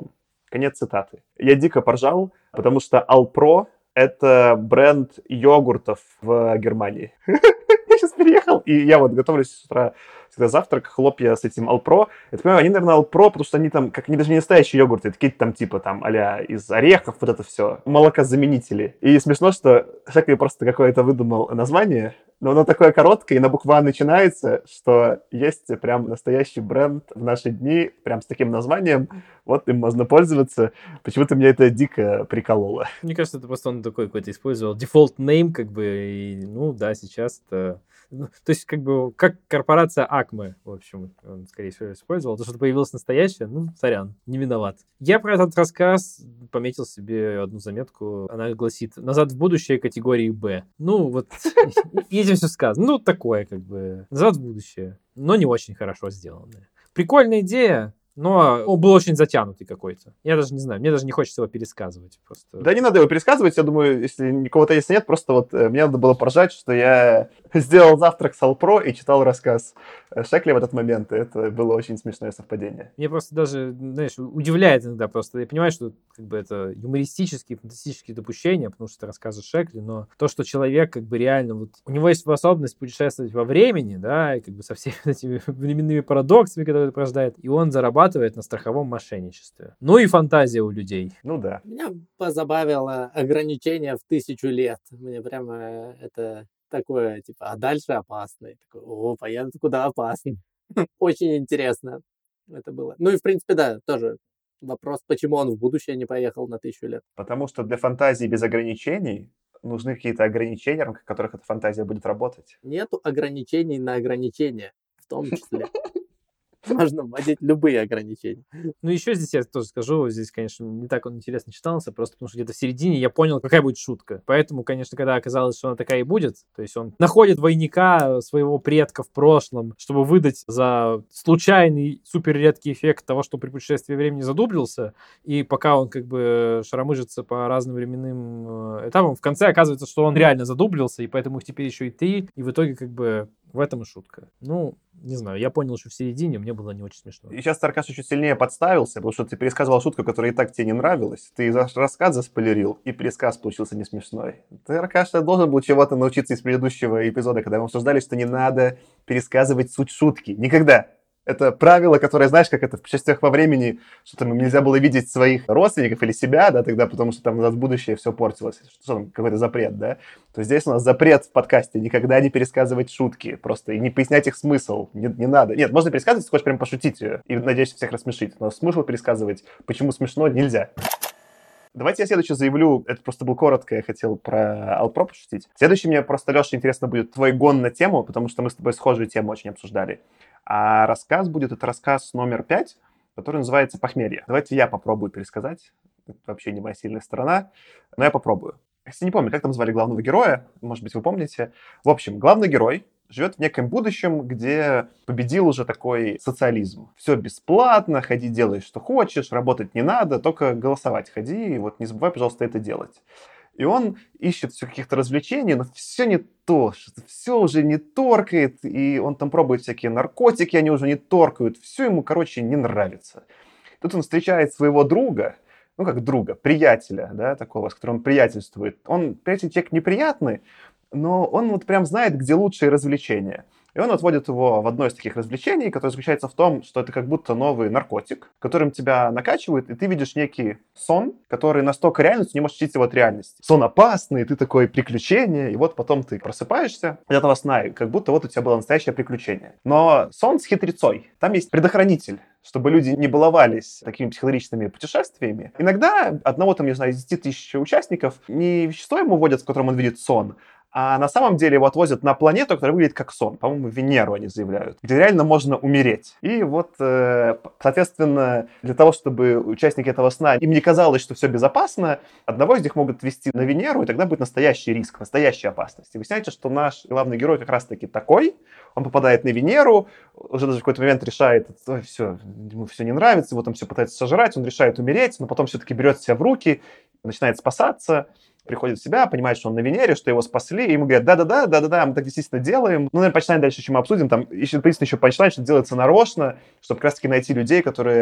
Конец цитаты. Я дико поржал, потому что Alpro — это бренд йогуртов в Германии. Я сейчас переехал, и я вот готовлюсь с утра всегда завтрак, хлопья с этим Alpro. Я так понимаю, они, наверное, Alpro, потому что они там, как они даже не настоящие йогурты, такие там типа там а-ля из орехов, вот это все, молокозаменители. И смешно, что Шекли просто какое-то выдумал название, но оно такое короткое, и на букву А начинается, что есть прям настоящий бренд в наши дни, прям с таким названием, вот им можно пользоваться. Почему-то меня это дико прикололо. Мне кажется, это просто он такой какой-то использовал default name, как бы, и, ну, да, сейчас это... Ну, то есть, как бы, как корпорация Acme, в общем, он, скорее всего, использовал. То, что появилось настоящее, ну, сорян, не виноват. Я про этот рассказ пометил себе одну заметку. Она гласит «Назад в будущее категории Б». Ну, вот, этим все сказано. Ну, такое, как бы, «Назад в будущее», но не очень хорошо сделанное. Прикольная идея, но он был очень затянутый какой-то. Я даже не знаю, мне даже не хочется его пересказывать. Просто... Да не надо его пересказывать, я думаю, если никого-то есть нет, просто вот э, мне надо было поржать, что я сделал завтрак с Alpro и читал рассказ Шекли в этот момент, и это было очень смешное совпадение. Мне просто даже, знаешь, удивляет иногда просто. Я понимаю, что как бы это юмористические, фантастические допущения, потому что это рассказы Шекли, но то, что человек как бы реально вот... У него есть способность путешествовать во времени, да, и как бы со всеми этими временными парадоксами, которые это порождает, и он зарабатывает на страховом мошенничестве. Ну и фантазия у людей. Ну да. Меня позабавило ограничение в тысячу лет. Мне прямо это такое, типа, а дальше опасно. И такой, о, поеду куда опасно. Очень интересно это было. Ну и, в принципе, да, тоже вопрос, почему он в будущее не поехал на тысячу лет. Потому что для фантазии без ограничений нужны какие-то ограничения, в рамках которых эта фантазия будет работать. Нету ограничений на ограничения, в том числе. Можно вводить любые ограничения. Ну, еще здесь я тоже скажу, здесь, конечно, не так он интересно читался, просто потому что где-то в середине я понял, какая будет шутка. Поэтому, конечно, когда оказалось, что она такая и будет, то есть он находит двойника своего предка в прошлом, чтобы выдать за случайный суперредкий эффект того, что при путешествии времени задублился, и пока он как бы шаромыжится по разным временным этапам, в конце оказывается, что он реально задублился, и поэтому их теперь еще и три, и в итоге как бы в этом и шутка. Ну, не знаю, я понял еще в середине, мне было не очень смешно. И сейчас ты, Аркаш, еще сильнее подставился, потому что ты пересказывал шутку, которая и так тебе не нравилась. Ты рассказ заспойлерил, и пересказ получился не смешной. Ты, Аркаш, должен был чего-то научиться из предыдущего эпизода, когда мы обсуждали, что не надо пересказывать суть шутки. Никогда. Это правило, которое, знаешь, как это в путешествиях во времени, что там нельзя было видеть своих родственников или себя, да, тогда, потому что там назад в будущее все портилось. Что там, какой-то запрет, да? То здесь у нас запрет в подкасте никогда не пересказывать шутки, просто и не пояснять их смысл. Не, не надо. Нет, можно пересказывать, если хочешь прям пошутить и, надеюсь, всех рассмешить. Но смысл пересказывать, почему смешно, нельзя. Давайте я следующее заявлю. Это просто было коротко, я хотел про Alpro пошутить. Следующий мне просто, Леша, интересно будет твой гон на тему, потому что мы с тобой схожую тему очень обсуждали. А рассказ будет, это рассказ номер пять, который называется «Похмелье». Давайте я попробую пересказать. Это вообще не моя сильная сторона, но я попробую. Если не помню, как там звали главного героя, может быть, вы помните. В общем, главный герой живет в неком будущем, где победил уже такой социализм. Все бесплатно, ходи, делай, что хочешь, работать не надо, только голосовать ходи, и вот не забывай, пожалуйста, это делать. И он ищет все каких-то развлечений, но все не то, все уже не торкает, и он там пробует всякие наркотики, они уже не торкают, все ему, короче, не нравится. Тут он встречает своего друга, ну как друга, приятеля, да, такого, с которым он приятельствует. Он, приятель, человек неприятный, но он вот прям знает, где лучшие развлечения. И он отводит его в одно из таких развлечений, которое заключается в том, что это как будто новый наркотик, которым тебя накачивают, и ты видишь некий сон, который настолько реальный, что не можешь отличить его от реальности. Сон опасный, ты такое приключение, и вот потом ты просыпаешься от этого сна, и как будто вот у тебя было настоящее приключение. Но сон с хитрецой. Там есть предохранитель, чтобы люди не баловались такими психоделическими путешествиями. Иногда одного, там, не знаю, из десяти тысяч участников не вещество ему вводят, в котором он видит сон, а на самом деле его отвозят на планету, которая выглядит как сон. По-моему, Венеру они заявляют, где реально можно умереть. И вот, соответственно, для того, чтобы участники этого сна, им не казалось, что все безопасно, одного из них могут везти на Венеру, и тогда будет настоящий риск, настоящая опасность. И выясняется, что наш главный герой как раз-таки такой. Он попадает на Венеру, уже даже в какой-то момент решает, ой, все, ему все не нравится, его там все пытаются сожрать, он решает умереть, но потом все-таки берет себя в руки, начинает спасаться, приходит в себя, понимает, что он на Венере, что его спасли, и ему говорят, да-да-да, да-да-да, мы так действительно делаем. Ну, наверное, почитаем дальше, чем мы обсудим. Там еще, в принципе, еще панчлайн, что делается нарочно, чтобы как раз-таки найти людей, которые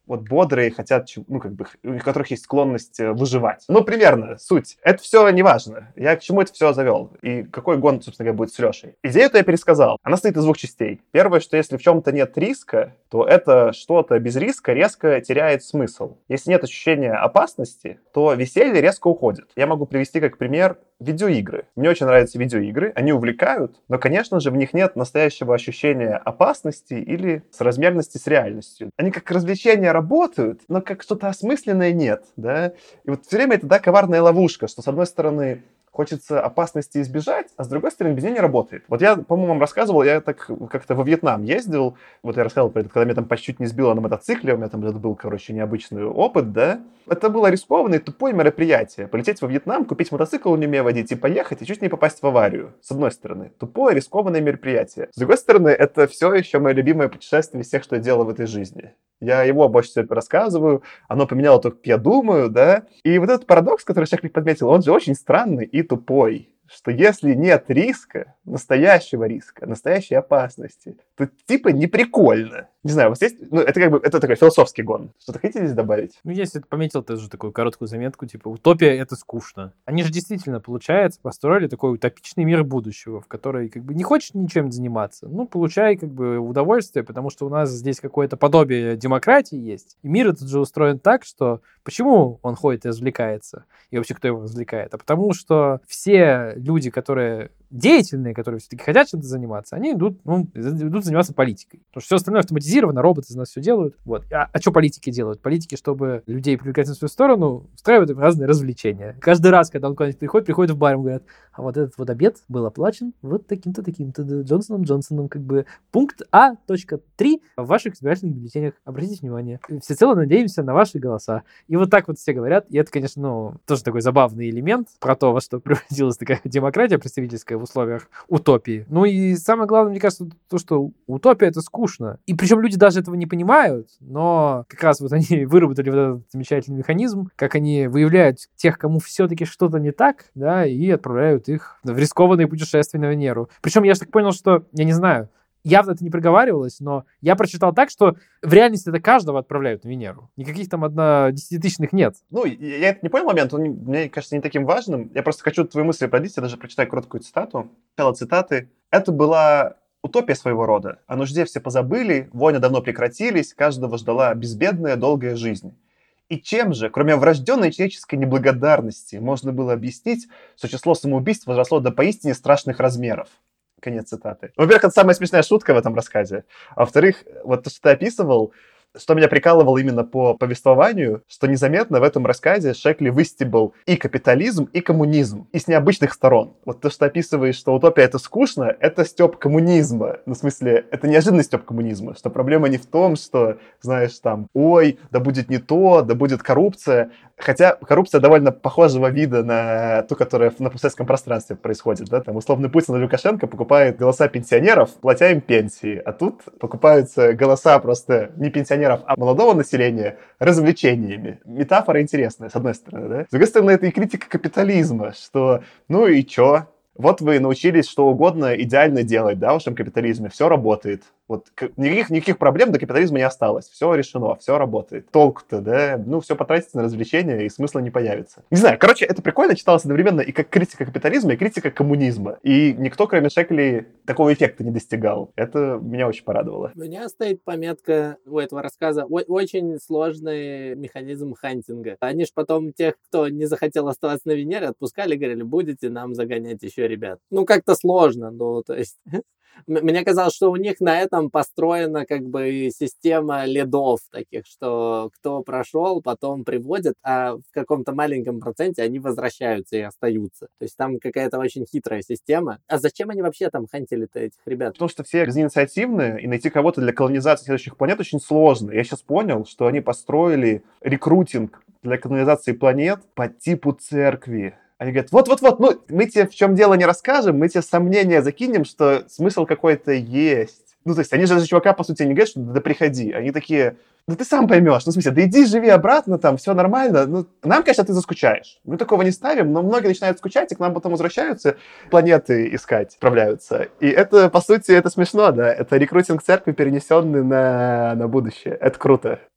вот бодрые, хотят, ну, как бы, у которых есть склонность выживать. Ну, примерно, суть. Это все не важно. Я к чему это все завел? И какой гон, собственно говоря, будет с Лешей? Идею-то я пересказал. Она состоит из двух частей. Первое, что если в чем-то нет риска, то это что-то без риска резко теряет смысл. Если нет ощущения опасности, то веселье резко уходит. Я могу привести как пример видеоигры. Мне очень нравятся видеоигры, они увлекают, но, конечно же, в них нет настоящего ощущения опасности или соразмерности с реальностью. Они как развлечения работают, но как что-то осмысленное нет, да. И вот все время это, да, коварная ловушка, что, с одной стороны, хочется опасности избежать, а с другой стороны, без нее не работает. Вот я, по-моему, вам рассказывал, я так как-то во Вьетнам ездил, вот я рассказывал про это, когда меня там почти чуть не сбило на мотоцикле, у меня там это был, короче, необычный опыт, да. Это было рискованное, тупое мероприятие. Полететь во Вьетнам, купить мотоцикл, не умея водить, и поехать, и чуть не попасть в аварию. С одной стороны. Тупое, рискованное мероприятие. С другой стороны, это все еще мое любимое путешествие из всех, что я делал в этой жизни. Я его больше всего рассказываю, оно поменяло то, как я думаю, да. И вот этот парадокс, который Шекли подметил, он же очень странный и тупой. Что если нет риска, настоящего риска, настоящей опасности, то типа не прикольно. Не знаю, у вас есть... Ну, это как бы... Это такой философский гон. Что-то хотите здесь добавить? Ну, если ты пометил тоже такую короткую заметку, типа, утопия — это скучно. Они же действительно, получается, построили такой утопичный мир будущего, в который, как бы, не хочешь ничем заниматься, ну, получай, как бы, удовольствие, потому что у нас здесь какое-то подобие демократии есть. И мир этот же устроен так, что... Почему он ходит и развлекается? И вообще, кто его развлекает? А потому что все люди, которые деятельные, которые все-таки хотят чем-то заниматься, они идут, ну, идут заниматься политикой. Потому что все остальное автоматизировано, роботы за нас все делают. Вот. А, а что политики делают? Политики, чтобы людей привлекать на свою сторону, устраивают им разные развлечения. Каждый раз, когда он куда-нибудь приходит, приходит в бар, ему говорят, а вот этот вот обед был оплачен вот таким-то, таким-то Джонсоном, Джонсоном, как бы пункт А точка три в ваших избирательных бюллетенях. Обратите внимание. Всецело надеемся на ваши голоса. И вот так вот все говорят. И это, конечно, ну, тоже такой забавный элемент про то, во что превратилась такая демократия представительская в условиях утопии. Ну и самое главное, мне кажется, то, что утопия — это скучно. И причем люди даже этого не понимают, но как раз вот они выработали вот этот замечательный механизм, как они выявляют тех, кому все-таки что-то не так, да, и отправляют их в рискованные путешествия на Венеру. Причем я же так понял, что, я не знаю, явно это не проговаривалось, но я прочитал так, что в реальности это каждого отправляют на Венеру. Никаких там однодесятитысячных нет. Ну, я это не понял момент, он, мне кажется, не таким важным. Я просто хочу твои мысли продлить, я даже прочитаю короткую цитату. Начало цитаты. Это была утопия своего рода. О нужде все позабыли, войны давно прекратились, каждого ждала безбедная долгая жизнь. И чем же, кроме врожденной человеческой неблагодарности, можно было объяснить, что число самоубийств возросло до поистине страшных размеров? Конец цитаты. Во-первых, это самая смешная шутка в этом рассказе. А во-вторых, вот то, что ты описывал, что меня прикалывало именно по повествованию, что незаметно в этом рассказе Шекли выстебал и капитализм, и коммунизм, и с необычных сторон. Вот то, что описываешь, что утопия — это скучно, это стёб коммунизма. Ну, в смысле, это неожиданный стёб коммунизма, что проблема не в том, что, знаешь, там, ой, да будет не то, да будет коррупция. Хотя коррупция довольно похожего вида на ту, которая на постсоветском пространстве происходит, да, там, условно, Путин или Лукашенко покупает голоса пенсионеров, платя им пенсии, а тут покупаются голоса просто не пенсионеров, а молодого населения развлечениями. Метафора интересная, с одной стороны, да? С другой стороны, это и критика капитализма, что, ну и чё? Вот вы научились что угодно идеально делать, да, в вашем капитализме, все работает. Вот никаких, никаких проблем до капитализма не осталось. Все решено, все работает. Толку-то, да, ну, все потратите на развлечения, и смысла не появится. Не знаю, короче, это прикольно читалось одновременно и как критика капитализма, и критика коммунизма. И никто, кроме Шекли, такого эффекта не достигал. Это меня очень порадовало. У меня стоит пометка у этого рассказа: очень сложный механизм хантинга. Они ж потом тех, кто не захотел оставаться на Венере, отпускали, говорили, будете нам загонять еще ребят. Ну, как-то сложно, ну, то есть... Мне казалось, что у них на этом построена как бы система лидов таких, что кто прошел, потом приводят, а в каком-то маленьком проценте они возвращаются и остаются. То есть там какая-то очень хитрая система. А зачем они вообще там хантили-то этих ребят? Потому что все инициативные, и найти кого-то для колонизации следующих планет очень сложно. Я сейчас понял, что они построили рекрутинг для колонизации планет по типу церкви. Они говорят, вот-вот-вот, ну, мы тебе в чем дело не расскажем, мы тебе сомнения закинем, что смысл какой-то есть. Ну, то есть они же даже чувака, по сути, не говорят, что да приходи. Они такие, да ты сам поймешь. Ну, в смысле, да иди, живи обратно, там, все нормально. Ну, нам, конечно, ты заскучаешь. Мы такого не ставим, но многие начинают скучать, и к нам потом возвращаются, планеты искать, отправляются. И это, по сути, это смешно, да. Это рекрутинг церкви, перенесенный на, на будущее. Это круто.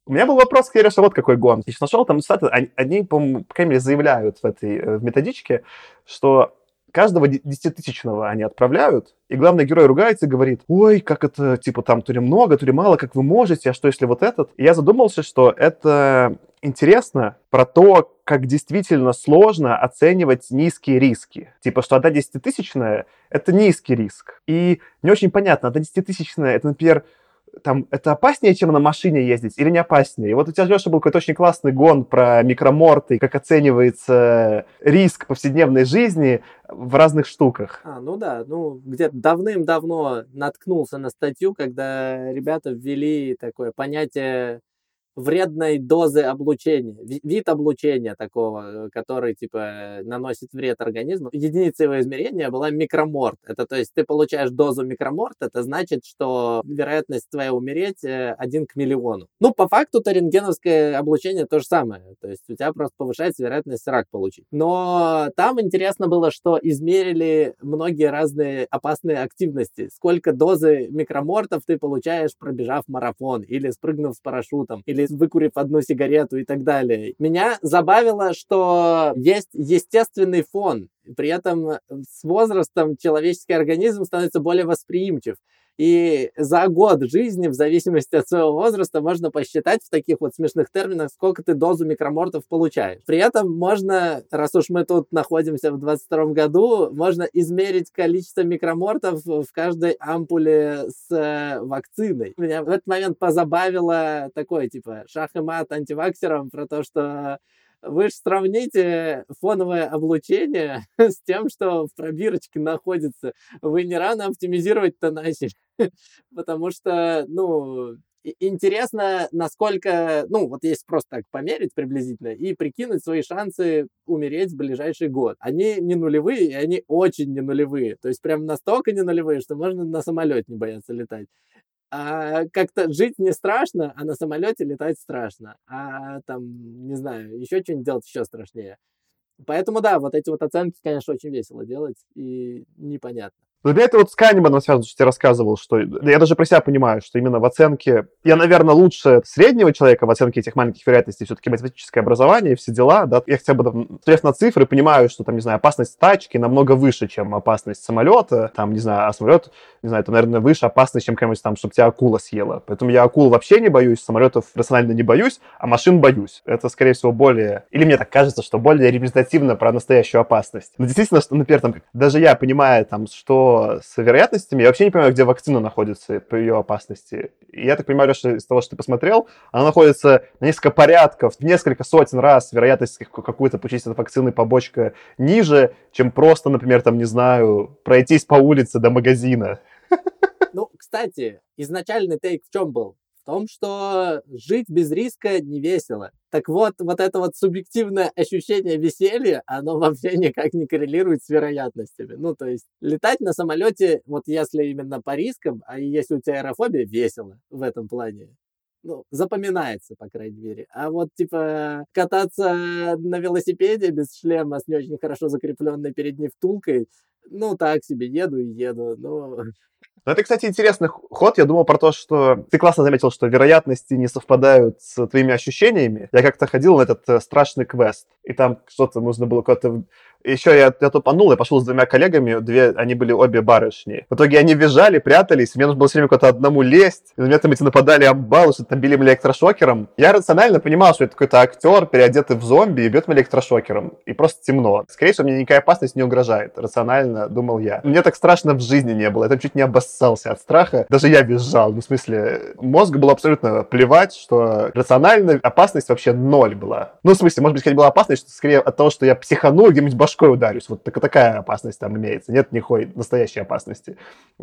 У меня был вопрос, я решил, вот какой гон. Я сейчас нашел там цитаты, они, они, по-моему, по крайней мере, заявляют в этой в методичке, что каждого десятитысячного они отправляют, и главный герой ругается и говорит: ой, как это, типа, там, то ли много, то ли мало, как вы можете, а что если вот этот? И я задумался, что это интересно про то, как действительно сложно оценивать низкие риски. Типа, что одна десятитысячная — это низкий риск. И не очень понятно, одна десятитысячная — это, например, там, это опаснее, чем на машине ездить, или не опаснее? И вот у тебя, Леша, был какой-то очень классный гон про микроморты, как оценивается риск повседневной жизни в разных штуках. А, ну да, ну где-то давным-давно наткнулся на статью, когда ребята ввели такое понятие вредной дозы облучения, вид облучения такого, который, типа, наносит вред организму. Единицей его измерения была микроморт. Это, то есть, ты получаешь дозу микроморт, это значит, что вероятность твоя умереть один к миллиону. Ну, по факту-то рентгеновское облучение то же самое. То есть, у тебя просто повышается вероятность рак получить. Но там интересно было, что измерили многие разные опасные активности. Сколько дозы микромортов ты получаешь, пробежав марафон, или спрыгнув с парашютом, или выкурив одну сигарету и так далее. Меня забавило, что есть естественный фон. При этом с возрастом человеческий организм становится более восприимчив. И за год жизни, в зависимости от своего возраста, можно посчитать в таких вот смешных терминах, сколько ты дозу микромортов получаешь. При этом можно, раз уж мы тут находимся в двадцать втором году, можно измерить количество микромортов в каждой ампуле с вакциной. Меня в этот момент позабавило такое, типа, шах и мат антиваксерам про то, что вы же сравните фоновое облучение с тем, что в пробирочке находится. Вы не рано оптимизировать-то начали. Потому что, ну, интересно, насколько, ну, вот если просто так померить приблизительно и прикинуть свои шансы умереть в ближайший год. Они не нулевые, и они очень не нулевые. То есть прям настолько не нулевые, что можно на самолете не бояться летать. А как-то жить не страшно, а на самолете летать страшно. А там, не знаю, еще что-нибудь делать еще страшнее. Поэтому да, вот эти вот оценки, конечно, очень весело делать и непонятно. Но для этого вот с Канеманом связано, что я рассказывал, что я даже про себя понимаю, что именно в оценке... Я, наверное, лучше среднего человека в оценке этих маленьких вероятностей, все-таки математическое образование, все дела, да, я хотя бы, смотрев на цифры, понимаю, что там, не знаю, опасность тачки намного выше, чем опасность самолета, там, не знаю, а самолет, не знаю, это, наверное, выше опасность, чем какая-нибудь там, чтобы тебя акула съела. Поэтому я акул вообще не боюсь, самолетов рационально не боюсь, а машин боюсь. Это, скорее всего, более... Или мне так кажется, что более репрезентативно про настоящую опасность. Но действительно, что, например, там, даже я понимаю, там, что с вероятностями, я вообще не понимаю, где вакцина находится по ее опасности. И я так понимаю, что из того, что ты посмотрел, она находится на несколько порядков, в несколько сотен раз вероятность какую-то получить от вакцины побочка ниже, чем просто, например, там, не знаю, пройтись по улице до магазина. Ну, кстати, изначальный тейк в чем был? В том, что жить без риска не весело. Так вот, вот это вот субъективное ощущение веселья, оно вообще никак не коррелирует с вероятностями. Ну, то есть, летать на самолете, вот если именно по рискам, а если у тебя аэрофобия, весело в этом плане. Ну, запоминается, по крайней мере. А вот, типа, кататься на велосипеде без шлема с не очень хорошо закрепленной передней втулкой, ну, так себе, еду и еду, ну... Ну, это, кстати, интересный ход. Я думал про то, что... Ты классно заметил, что вероятности не совпадают с твоими ощущениями. Я как-то ходил на этот э, страшный квест, и там что-то нужно было куда-то... Еще я, я тупанул, я пошел с двумя коллегами, две, они были обе барышни. В итоге они бежали, прятались, мне нужно было все время куда-то одному лезть. И на меня там эти нападали амбалы, что-то там били меня электрошокером. Я рационально понимал, что это какой-то актер, переодетый в зомби, и бьет меня электрошокером. И просто темно. Скорее всего, мне никакая опасность не угрожает. Рационально думал я. Мне так страшно в жизни не было. Я там чуть не обоссался от страха. Даже я визжал. Ну, в смысле, мозгу было абсолютно плевать, что рационально опасность вообще ноль была. Ну, в смысле, может быть, хоть была опасность, что скорее от того, что я психану, где-нибудь башкой ударюсь. Вот так, такая опасность там имеется. Нет никакой настоящей опасности.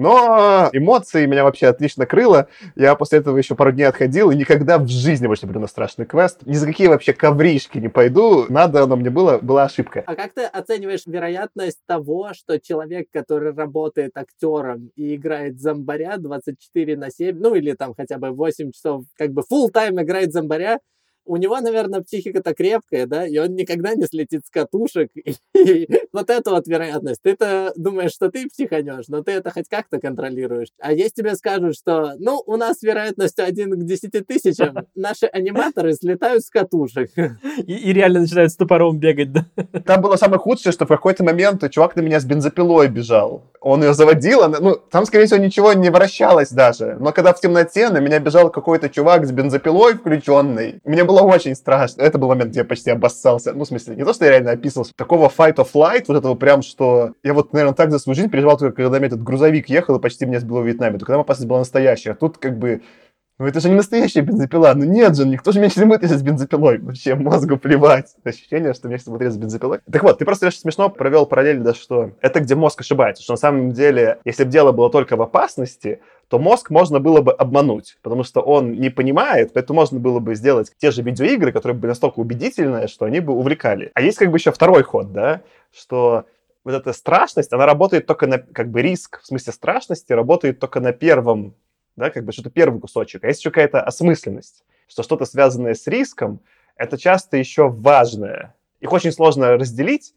Но эмоции меня вообще отлично крыло. Я после этого еще пару дней отходил и никогда в жизни больше не пойду на страшный квест. Ни за какие вообще ковришки не пойду. Надо оно мне было, была ошибка. А как ты оцениваешь вероятность того, что человек, который работает актером и играет зомбаря двадцать четыре на семь, ну или там хотя бы восемь часов, как бы full-time играет зомбаря, У него, наверное, психика-то крепкая, да, и он никогда не слетит с катушек. И вот эту вот вероятность. Ты-то думаешь, что ты психанешь, но ты это хоть как-то контролируешь. А если тебе скажут, что, ну, у нас вероятность один к десяти тысячам, наши аниматоры слетают с катушек. И, и реально начинают с топором бегать, да? Там было самое худшее, что в какой-то момент чувак на меня с бензопилой бежал. Он ее заводил, она, ну, там, скорее всего, ничего не вращалось даже. Но когда в темноте на меня бежал какой-то чувак с бензопилой включенный, мне было очень страшно. Это был момент, где я почти обоссался. Ну, в смысле, не то, что я реально описывался. Такого fight or flight, вот этого прям, что... Я вот, наверное, так за свою жизнь переживал только, когда мне этот грузовик ехал и почти меня сбил в Вьетнаме. Только там опасность была настоящая. А тут как бы... Ну, это же не настоящая бензопила. Ну, нет же, никто же меня не будет, если с бензопилой. Вообще, мозгу плевать. Ощущение, что меня смотрели с бензопилой. Так вот, ты просто очень смешно провел параллель, да, что это где мозг ошибается. Что на самом деле, если бы дело было только в опасности, то мозг можно было бы обмануть, потому что он не понимает, поэтому можно было бы сделать те же видеоигры, которые были настолько убедительные, что они бы увлекали. А есть как бы еще второй ход, да, что вот эта страшность, она работает только на, как бы риск, в смысле страшности, работает только на первом, да, как бы что-то первый кусочек. А есть еще какая-то осмысленность, что что-то связанное с риском, это часто еще важное. Их очень сложно разделить,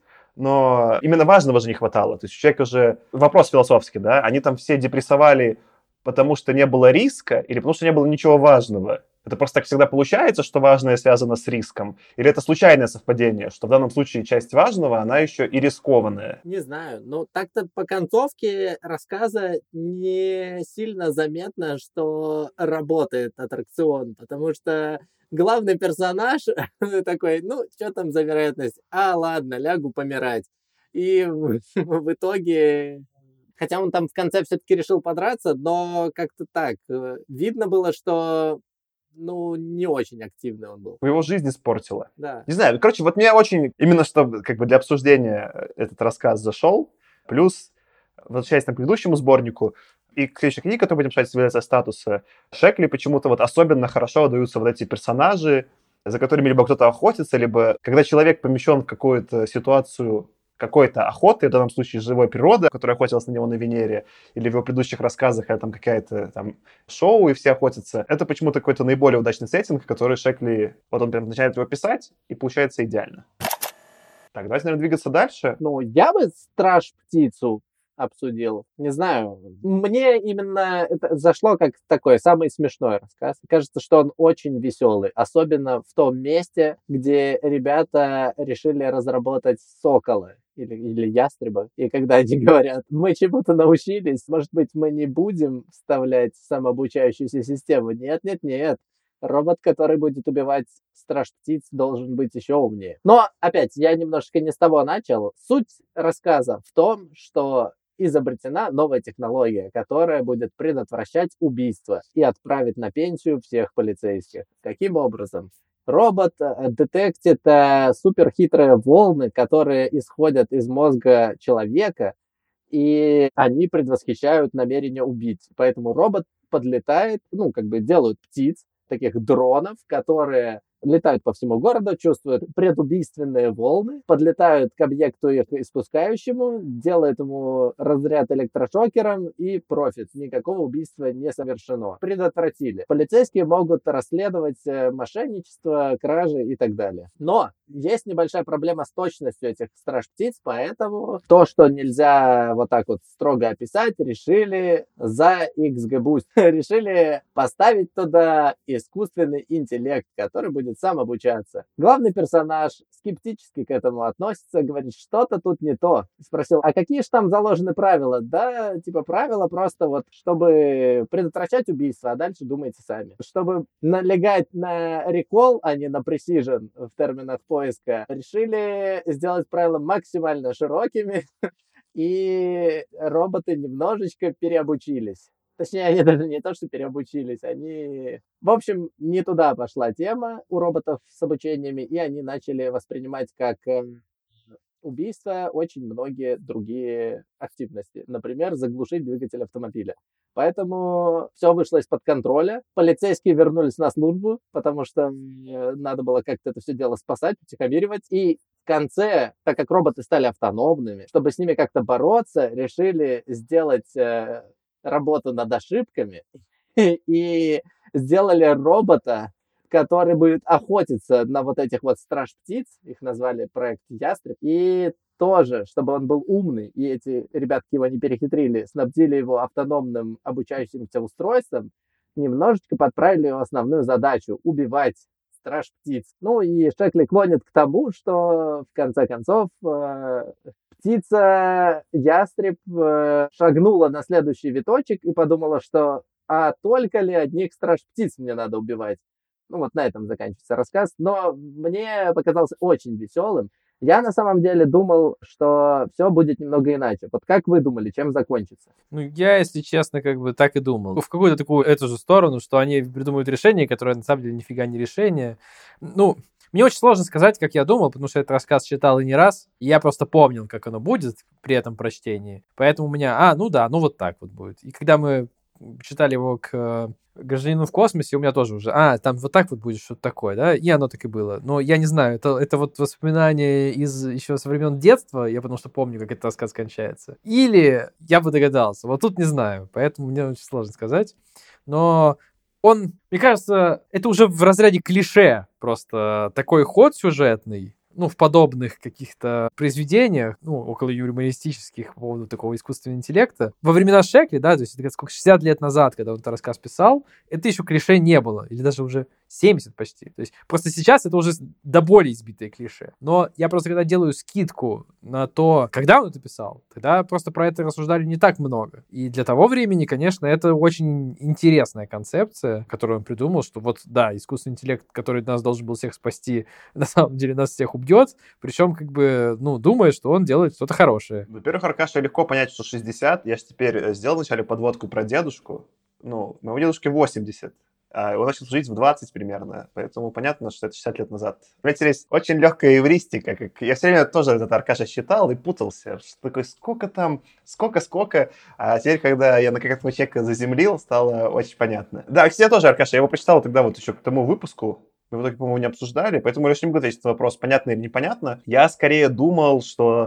но именно важного же не хватало. То есть у человека же вопрос философский, да, они там все депрессовали, потому что не было риска или потому что не было ничего важного. Это просто так всегда получается, что важное связано с риском? Или это случайное совпадение, что в данном случае часть важного, она еще и рискованная? Не знаю, но так-то по концовке рассказа не сильно заметно, что работает аттракцион, потому что главный персонаж такой, ну, что там за вероятность? А, ладно, лягу помирать. И в, в итоге... Хотя он там в конце все-таки решил подраться, но как-то так. Видно было, что, ну, не очень активный он был. Его жизнь испортила. Да. Не знаю, короче, вот мне очень, именно что как бы для обсуждения этот рассказ зашел, плюс, возвращаясь к предыдущему сборнику, и к следующей книге, которую будем читать, «Цивилизация статуса», Шекли почему-то вот особенно хорошо даются вот эти персонажи, за которыми либо кто-то охотится, либо когда человек помещен в какую-то ситуацию какой-то охоты, в данном случае живой природы, которая охотилась на него на Венере, или в его предыдущих рассказах это там какая-то там шоу, и все охотятся. Это почему-то какой-то наиболее удачный сеттинг, который Шекли, вот он прям начинает его писать, и получается идеально. Так, давайте, наверное, двигаться дальше. Ну, я бы «Страж-птицу» обсудил. Не знаю, мне именно это зашло как такой самый смешной рассказ. Кажется, что он очень веселый, особенно в том месте, где ребята решили разработать сокола или, или ястреба. И когда они говорят, мы чему-то научились, может быть, мы не будем вставлять самообучающуюся систему? Нет, нет, нет. Робот, который будет убивать страж-птиц, должен быть еще умнее. Но, опять, я немножко не с того начал. Суть рассказа в том, что изобретена новая технология, которая будет предотвращать убийства и отправить на пенсию всех полицейских. Каким образом? Робот детектит суперхитрые волны, которые исходят из мозга человека, и они предвосхищают намерение убить. Поэтому робот подлетает, ну, как бы делают птиц, таких дронов, которые летают по всему городу, чувствуют предубийственные волны, подлетают к объекту их испускающему, делают ему разряд электрошокером и профит. Никакого убийства не совершено. Предотвратили. Полицейские могут расследовать мошенничество, кражи и так далее. Но есть небольшая проблема с точностью этих страж-птиц, поэтому то, что нельзя вот так вот строго описать, решили за икс джи Boost. Решили поставить туда искусственный интеллект, который будет сам обучаться. Главный персонаж скептически к этому относится, говорит, что-то тут не то. Спросил, а какие же там заложены правила? Да, типа правила просто вот, чтобы предотвращать убийство, а дальше думайте сами. Чтобы налегать на recall, а не на precision в терминах поиска, решили сделать правила максимально широкими, и роботы немножечко переобучились. Точнее, они даже не то, что переобучились, они... В общем, не туда пошла тема у роботов с обучениями, и они начали воспринимать как убийство очень многие другие активности. Например, заглушить двигатель автомобиля. Поэтому все вышло из-под контроля. Полицейские вернулись на службу, потому что надо было как-то это все дело спасать, утихомиривать. И в конце, так как роботы стали автономными, чтобы с ними как-то бороться, решили сделать... работу над ошибками и сделали робота который будет охотиться на вот этих вот страж-птиц, их назвали проект Ястреб, и тоже, чтобы он был умный, и эти ребятки его не перехитрили, снабдили его автономным обучающимся устройством, немножечко подправили его основную задачу — убивать страж-птиц. Ну и Шекли клонит к тому, что в конце концов э, птица ястреб э, шагнула на следующий виточек и подумала, что а только ли одних страж-птиц мне надо убивать. Ну вот на этом заканчивается рассказ, но мне показался очень веселым. Я на самом деле думал, что все будет немного иначе. Вот как вы думали, чем закончится? Ну, я, если честно, как бы так и думал. В какую-то такую эту же сторону, что они придумают решение, которое на самом деле нифига не решение. Ну, мне очень сложно сказать, как я думал, потому что этот рассказ читал и не раз. И я просто помнил, как оно будет при этом прочтении. Поэтому у меня, а, ну да, ну вот так вот будет. И когда мы читали его к «Гражданину в космосе», у меня тоже уже, а, там вот так вот будет что-то такое, да, и оно так и было. Но я не знаю, это, это вот воспоминания из еще со времен детства, я потому что помню, как этот рассказ кончается. Или я бы догадался, вот тут не знаю, поэтому мне очень сложно сказать. Но он, мне кажется, это уже в разряде клише просто такой ход сюжетный, ну, в подобных каких-то произведениях, ну, около юмористических по поводу такого искусственного интеллекта. Во времена Шекли, да, то есть это сколько, шестьдесят лет назад, когда он этот рассказ писал, это еще клише не было, или даже уже семьдесят почти. То есть просто сейчас это уже до боли избитое клише. Но я просто когда делаю скидку на то, когда он это писал, тогда просто про это рассуждали не так много. И для того времени, конечно, это очень интересная концепция, которую он придумал, что вот, да, искусственный интеллект, который нас должен был всех спасти, на самом деле нас всех убьет, причем, как бы, ну, думая, что он делает что-то хорошее. Во-первых, Аркаша, легко понять, что шестьдесят. Я же теперь сделал вначале подводку про дедушку. Ну, моему дедушке восемьдесят. А он начал жить в двадцать примерно, поэтому понятно, что это шестьдесят лет назад. У меня есть очень легкая эвристика. Как... Я все время тоже этот Аркаша считал и путался. Что такое, сколько там, сколько-сколько. А теперь, когда я на какого-то человека заземлил, стало очень понятно. Да, кстати, я тоже Аркаша, я его прочитал тогда вот еще к тому выпуску. Мы в итоге, по-моему, не обсуждали, поэтому я не могу ответить на вопрос, понятно или непонятно. Я скорее думал, что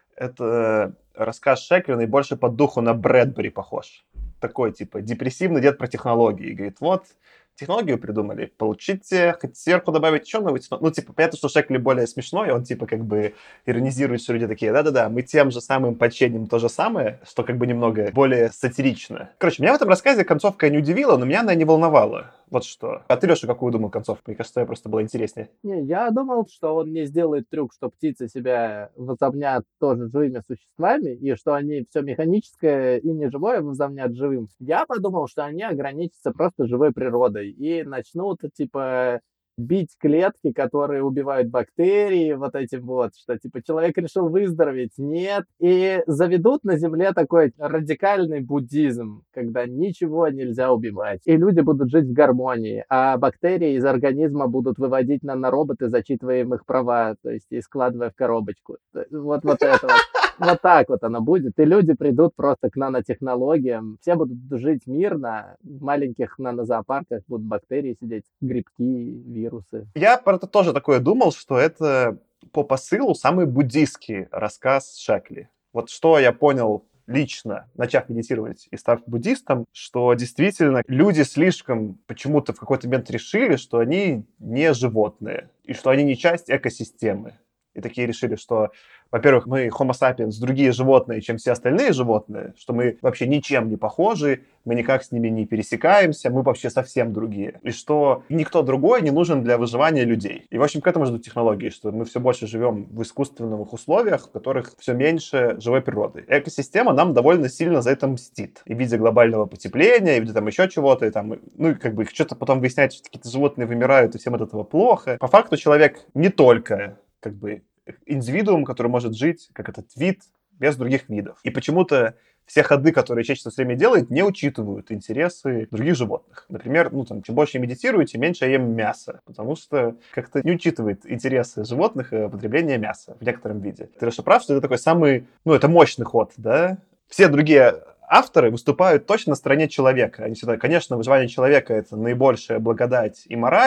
это рассказ Шеклина и больше по духу на Брэдбери похож. Такой, типа, депрессивный дед про технологии. И говорит, вот, технологию придумали, получите, хотите сверху добавить еще новую технологию. Ну, типа, понятно, что Шекли более смешной, он, типа, как бы иронизирует, что люди такие, да-да-да, мы тем же самым подчиним то же самое, что, как бы, немного более сатирично. Короче, меня в этом рассказе концовка не удивила, но меня она не волновала. Вот что. А ты, Леша, какую думал концовку? Мне кажется, я просто было интереснее. Не, я думал, что он не сделает трюк, что птицы себя возомнят тоже живыми существами, и что они все механическое и неживое возомнят живым. Я подумал, что они ограничатся просто живой природой и начнут, типа, бить клетки, которые убивают бактерии, вот этим вот, что, типа, человек решил выздороветь. Нет. И заведут на Земле такой радикальный буддизм, когда ничего нельзя убивать. И люди будут жить в гармонии, а бактерии из организма будут выводить нанороботы, зачитывая им их права, то есть и складывая в коробочку. Вот, вот это вот. Вот так вот оно будет. И люди придут просто к нанотехнологиям. Все будут жить мирно. В маленьких нанозоопарках будут бактерии сидеть, грибки, вирусы. Я про это тоже такое думал, что это по посылу самый буддийский рассказ Шекли. Вот что я понял лично, начав медитировать и став буддистом, что действительно люди слишком почему-то в какой-то момент решили, что они не животные, и что они не часть экосистемы. И такие решили, что, во-первых, мы Homo sapiens другие животные, чем все остальные животные, что мы вообще ничем не похожи, мы никак с ними не пересекаемся, мы вообще совсем другие. И что никто другой не нужен для выживания людей. И, в общем, к этому ждут технологии, что мы все больше живем в искусственных условиях, в которых все меньше живой природы. Экосистема нам довольно сильно за это мстит. И в виде глобального потепления, и в виде там еще чего-то, и там, ну, и как бы что-то потом выясняется, что какие-то животные вымирают, и всем от этого плохо. По факту человек не только как бы индивидуум, который может жить, как этот вид, без других видов. И почему-то все ходы, которые человечество все время делает, не учитывают интересы других животных. Например, ну, там, чем больше я медитирую, тем меньше я ем мясо, потому что как-то не учитывает интересы животных и потребление мяса в некотором виде. Ты, Леша, прав, что это такой самый, ну, это мощный ход, да? Все другие авторы выступают точно на стороне человека. Они всегда, конечно, выживание человека — это наибольшая благодать и мораль,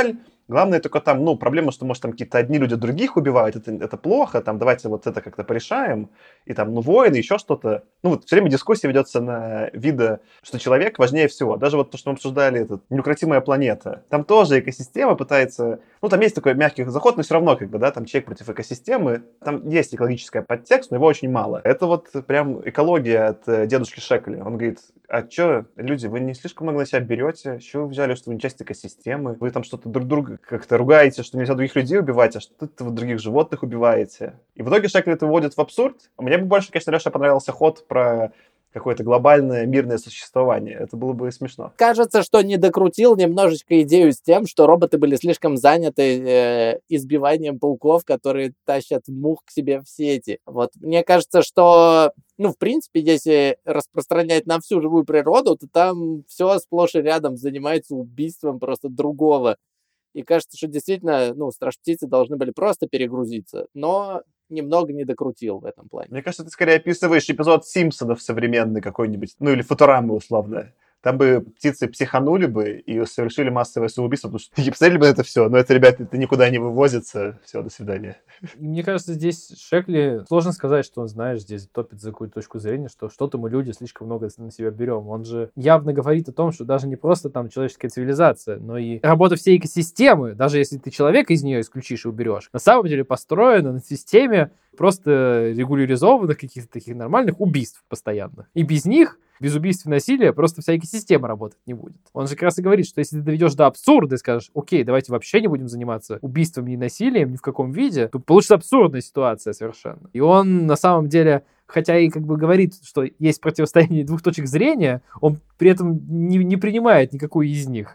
Главное только там, ну, проблема, что, может, там какие-то одни люди других убивают, это, это плохо, там, давайте вот это как-то порешаем, и там, ну, войны, еще что-то. Ну, вот все время дискуссия ведется на вида, что человек важнее всего. Даже вот то, что мы обсуждали, этот, неукротимая планета. Там тоже экосистема пытается... Ну, там есть такой мягкий заход, но все равно, как бы, да, там человек против экосистемы. Там есть экологический подтекст, но его очень мало. Это вот прям экология от э, дедушки Шекли. Он говорит, а что, люди, вы не слишком много на себя берете? Что вы взяли, что вы не часть экосистемы? Вы там что-то друг друга как-то ругаете, что нельзя других людей убивать, а что-то вы других животных убиваете. И в итоге Шекли это выводит в абсурд. Мне бы больше, конечно, Леша, понравился ход про какое-то глобальное мирное существование. Это было бы смешно. Кажется, что не докрутил немножечко идею с тем, что роботы были слишком заняты э, избиванием пауков, которые тащат мух к себе в сети. Вот мне кажется, что, ну, в принципе, если распространять на всю живую природу, то там все сплошь и рядом занимается убийством просто другого. И кажется, что действительно, ну, страж-птицы должны были просто перегрузиться, но немного не докрутил в этом плане. Мне кажется, ты скорее описываешь эпизод «Симпсонов» современный какой-нибудь, ну или «Футурамы» условно. Там бы птицы психанули бы и совершили массовое самоубийство, потому что и посмотрели бы на это все, но это, ребята, это никуда не вывозится, все, до свидания. Мне кажется, здесь Шекли, сложно сказать, что он, знаешь, здесь топит за какую-то точку зрения, что что-то мы, люди, слишком много на себя берем. Он же явно говорит о том, что даже не просто там человеческая цивилизация, но и работа всей экосистемы, даже если ты человека из нее исключишь и уберешь, на самом деле построена на системе просто регуляризованных каких-то таких нормальных убийств постоянных. И без них, без убийств и насилия, просто вся экосистема работать не будет. Он же как раз и говорит, что если ты доведешь до абсурда и скажешь, окей, давайте вообще не будем заниматься убийством и насилием ни в каком виде, то получится абсурдная ситуация совершенно. И он на самом деле, хотя и как бы говорит, что есть противостояние двух точек зрения, он при этом не, не принимает никакую из них.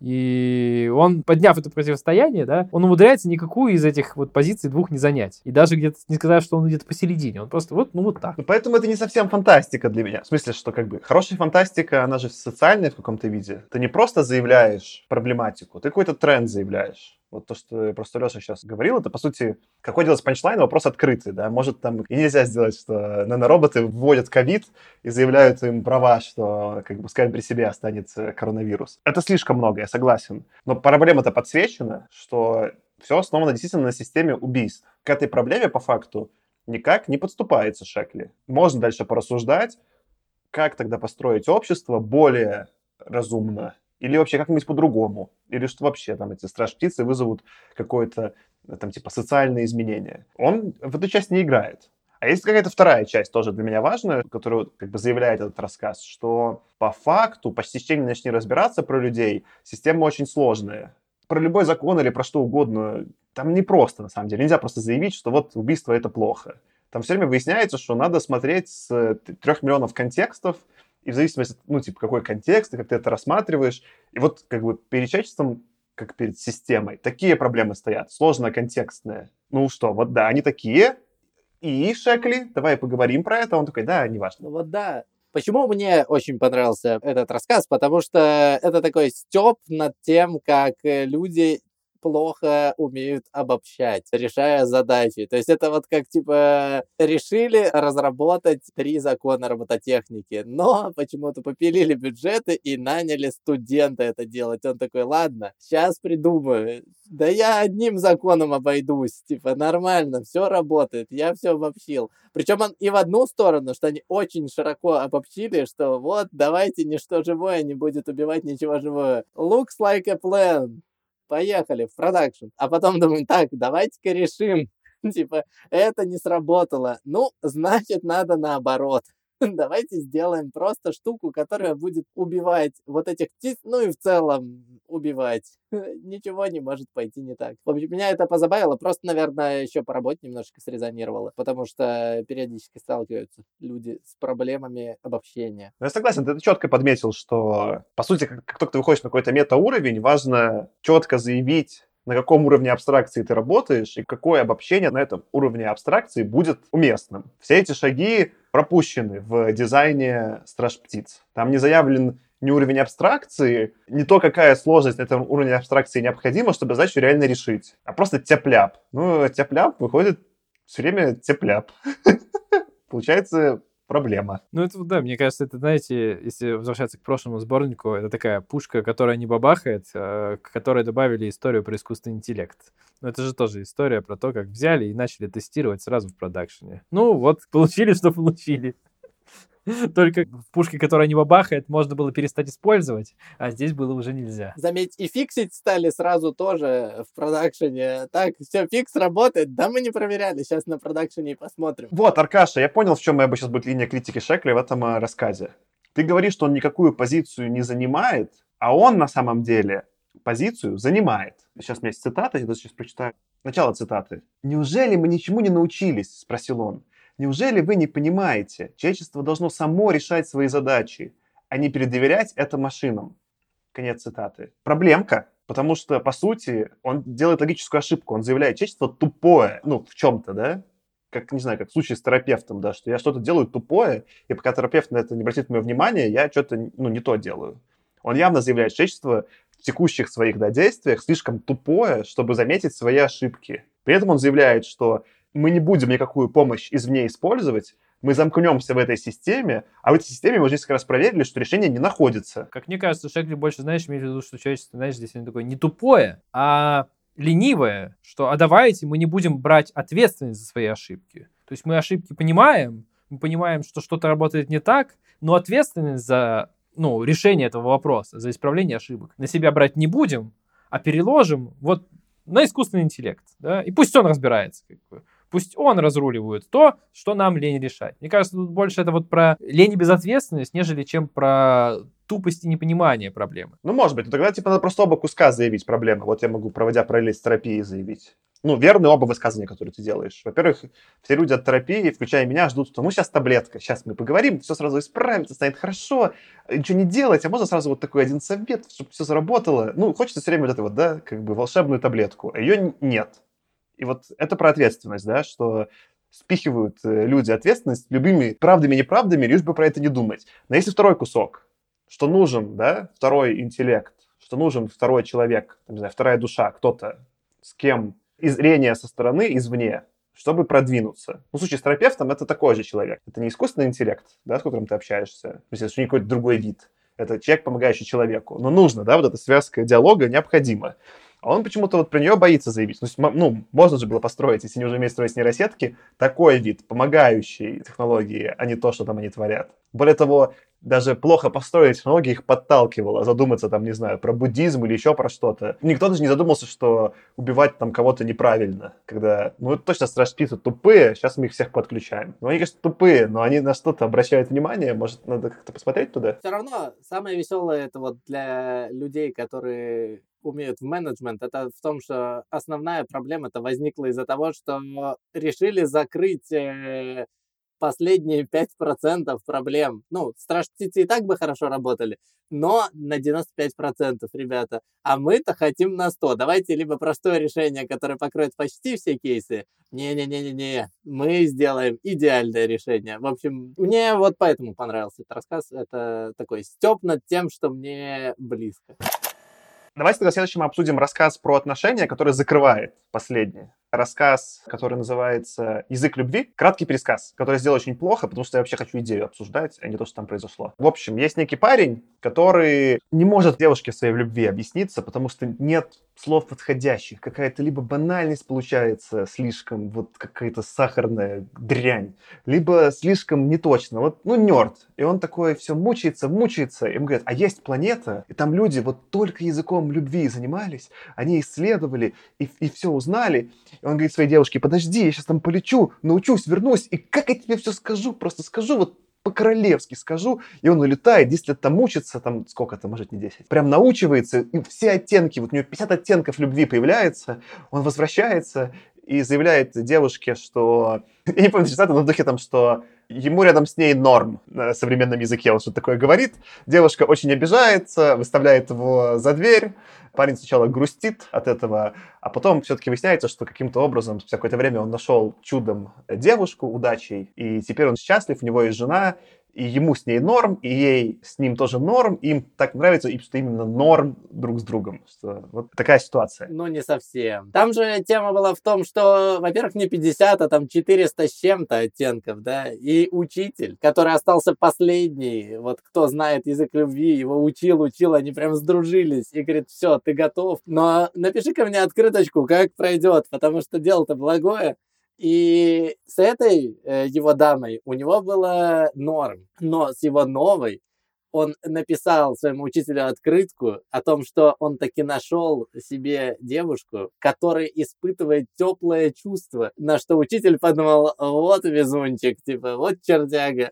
И он, подняв это противостояние, да, он умудряется никакую из этих вот позиций двух не занять. И даже где-то не сказать, что он где-то посередине. Он просто вот, ну вот так. Ну, поэтому это не совсем фантастика для меня. В смысле, что как бы хорошая фантастика, она же социальная в каком-то виде. Ты не просто заявляешь проблематику, ты какой-то тренд заявляешь. Вот то, что просто Леша сейчас говорил, это, по сути, какой делать панчлайн, вопрос открытый, да. Может, там и нельзя сделать, что нанороботы вводят ковид и заявляют им права, что, как бы, пускай при себе останется коронавирус. Это слишком много, я согласен. Но проблема-то подсвечена, что все основано действительно на системе убийств. К этой проблеме, по факту, никак не подступается Шекли. Можно дальше порассуждать, как тогда построить общество более разумно, или вообще как-нибудь по-другому. Или что вообще там эти страж-птицы вызовут какое-то там типа социальное изменение. Он в эту часть не играет. А есть какая-то вторая часть, тоже для меня важная, которую как бы заявляет этот рассказ, что по факту, почти с чем не начни разбираться про людей, система очень сложная. Про любой закон или про что угодно, там не просто на самом деле. Нельзя просто заявить, что вот убийство это плохо. Там все время выясняется, что надо смотреть с трех миллионов контекстов, и в зависимости, ну, типа, какой контекст, и как ты это рассматриваешь. И вот, как бы, перед человечеством, как перед системой, такие проблемы стоят, сложно-контекстные. Ну что, вот да, они такие. И, Шекли, давай поговорим про это. Он такой, да, неважно. Ну вот да. Почему мне очень понравился этот рассказ? Потому что это такой стёб над тем, как люди плохо умеют обобщать, решая задачи. То есть это вот как, типа, решили разработать три закона робототехники, но почему-то попилили бюджеты и наняли студента это делать. Он такой, ладно, сейчас придумаю. Да я одним законом обойдусь. Типа, нормально, все работает, я все обобщил. Причем он и в одну сторону, что они очень широко обобщили, что вот, давайте ничто живое не будет убивать ничего живое. Looks like a plan. Поехали в продакшн. А потом думаем, так, давайте-ка решим. Типа, это не сработало. Ну, значит, надо наоборот. Давайте сделаем просто штуку, которая будет убивать вот этих птиц, ну и в целом убивать. Ничего не может пойти не так. В общем, меня это позабавило. Просто, наверное, еще по работе немножечко срезонировало, потому что периодически сталкиваются люди с проблемами обобщения. Ну, я согласен, ты четко подметил, что, по сути, как, как только ты выходишь на какой-то метауровень, важно четко заявить, на каком уровне абстракции ты работаешь и какое обобщение на этом уровне абстракции будет уместным. Все эти шаги пропущены в дизайне страж-птиц. Там не заявлен ни уровень абстракции, не то, какая сложность на этом уровне абстракции необходима, чтобы задачу реально решить, а просто тяп-ляп. Ну, тяп-ляп выходит все время тяп-ляп. Получается проблема. Ну, это, да, мне кажется, это, знаете, если возвращаться к прошлому сборнику, это такая пушка, которая не бабахает, а к которой добавили историю про искусственный интеллект. Но это же тоже история про то, как взяли и начали тестировать сразу в продакшене. Ну, вот, получили, что получили. Только в пушке, которая не бабахает, можно было перестать использовать, а здесь было уже нельзя. Заметь, и фиксить стали сразу тоже в продакшене. Так, все, фикс работает. Да мы не проверяли, сейчас на продакшене и посмотрим. Вот, Аркаша, я понял, в чем моя сейчас будет линия критики Шекли в этом э, рассказе. Ты говоришь, что он никакую позицию не занимает, а он на самом деле позицию занимает. Сейчас у меня есть цитата, я даже сейчас прочитаю. Начало цитаты. «Неужели мы ничему не научились?» – спросил он. «Неужели вы не понимаете? Человечество должно само решать свои задачи, а не передоверять это машинам». Конец цитаты. Проблемка, потому что, по сути, он делает логическую ошибку. Он заявляет, человечество тупое, ну, в чем-то, да? Как, не знаю, как в случае с терапевтом, да, что я что-то делаю тупое, и пока терапевт на это не обратит мое внимание, я что-то, ну, не то делаю. Он явно заявляет, что человечество в текущих своих, да, действиях слишком тупое, чтобы заметить свои ошибки. При этом он заявляет, что мы не будем никакую помощь извне использовать, мы замкнемся в этой системе, а в этой системе мы уже здесь как раз проверили, что решение не находится. Как мне кажется, Шекли больше, знаешь, имеет в виду, что человечество, знаешь, здесь оно такое не тупое, а ленивое, что а давайте мы не будем брать ответственность за свои ошибки. То есть мы ошибки понимаем, мы понимаем, что что-то работает не так, но ответственность за, ну, решение этого вопроса, за исправление ошибок на себя брать не будем, а переложим вот на искусственный интеллект. Да? И пусть он разбирается. Как бы. Пусть он разруливает то, что нам лень решать. Мне кажется, тут больше это вот про лень и безответственность, нежели чем про тупость и непонимание проблемы. Ну, может быть. Но тогда, типа, надо просто оба куска заявить проблемы. Вот я могу, проводя параллель с терапией, заявить. Ну, верные оба высказывания, которые ты делаешь. Во-первых, все люди от терапии, включая меня, ждут, что ну, сейчас таблетка, сейчас мы поговорим, все сразу исправится, станет хорошо, ничего не делать, а можно сразу вот такой один совет, чтобы все заработало. Ну, хочется все время вот эту вот, да, как бы волшебную таблетку, а ее нет. И вот это про ответственность, да, что спихивают люди ответственность любыми правдами и неправдами, лишь бы про это не думать. Но если второй кусок, что нужен, да, второй интеллект, что нужен второй человек, не знаю, вторая душа, кто-то, с кем и зрение со стороны, извне, чтобы продвинуться. Ну, в случае с терапевтом это такой же человек. Это не искусственный интеллект, да, с которым ты общаешься. То есть это не какой-то другой вид. Это человек, помогающий человеку. Но нужно, да, вот эта связка диалога необходима. А он почему-то вот про нее боится заявить. Ну, можно же было построить, если не уже умеют строить нейросетки, такой вид, помогающий технологии, а не то, что там они творят. Более того, даже плохо построенные технологии их подталкивало задуматься, там, не знаю, про буддизм или еще про что-то. Никто даже не задумался, что убивать там кого-то неправильно. Когда, ну, это точно страшпиты тупые, сейчас мы их всех подключаем. Ну, они, конечно, тупые, но они на что-то обращают внимание, может, надо как-то посмотреть туда? Все равно, самое веселое это вот для людей, которые умеют в менеджмент, это в том, что основная проблема-то возникла из-за того, что решили закрыть э, последние пять процентов проблем. Ну, страж-птицы и так бы хорошо работали, но на девяносто пять процентов, ребята. А мы-то хотим на сто. Давайте либо простое решение, которое покроет почти все кейсы. Не-не-не-не-не. Мы сделаем идеальное решение. В общем, мне вот поэтому понравился этот рассказ. Это такой стёб над тем, что мне близко. Давайте тогда следующим обсудим рассказ про отношения, который закрывает последний. Рассказ, который называется «Язык любви». Краткий пересказ, который сделал очень плохо, потому что я вообще хочу идею обсуждать, а не то, что там произошло. В общем, есть некий парень, который не может девушке своей в любви объясниться, потому что нет слов подходящих. Какая-то либо банальность получается слишком, вот какая-то сахарная дрянь, либо слишком неточно. Вот, ну, нерд. И он такой все мучается, мучается. И ему говорят, а есть планета, и там люди вот только языком любви занимались, они исследовали и, и все узнали. И он говорит своей девушке, подожди, я сейчас там полечу, научусь, вернусь, и как я тебе все скажу, просто скажу, вот по-королевски скажу, и он улетает, десять лет там учится, там сколько-то, может, не десять, прям научивается, и все оттенки, вот у него пятьдесят оттенков любви появляется, он возвращается и заявляет девушке, что, я не помню цитату, но в духе там, что ему рядом с ней норм на современном языке, он что-то такое говорит, девушка очень обижается, выставляет его за дверь, парень сначала грустит от этого, а потом все-таки выясняется, что каким-то образом спустя какое-то время он нашел чудом девушку удачей, и теперь он счастлив, у него есть жена, и ему с ней норм, и ей с ним тоже норм, им так нравится, и что именно норм друг с другом. Что вот такая ситуация. Ну, не совсем. Там же тема была в том, что, во-первых, не пятьдесят, а там четыреста с чем-то оттенков, да, и учитель, который остался последний, вот кто знает язык любви, его учил, учил, они прям сдружились, и говорит, все, ты готов, но напиши-ка мне открыточку, как пройдет, потому что дело-то благое. И с этой э, его дамой у него было норм, но с его новой он написал своему учителю открытку о том, что он таки нашел себе девушку, которая испытывает теплое чувство, на что учитель подумал, вот везунчик, типа, вот чертяга.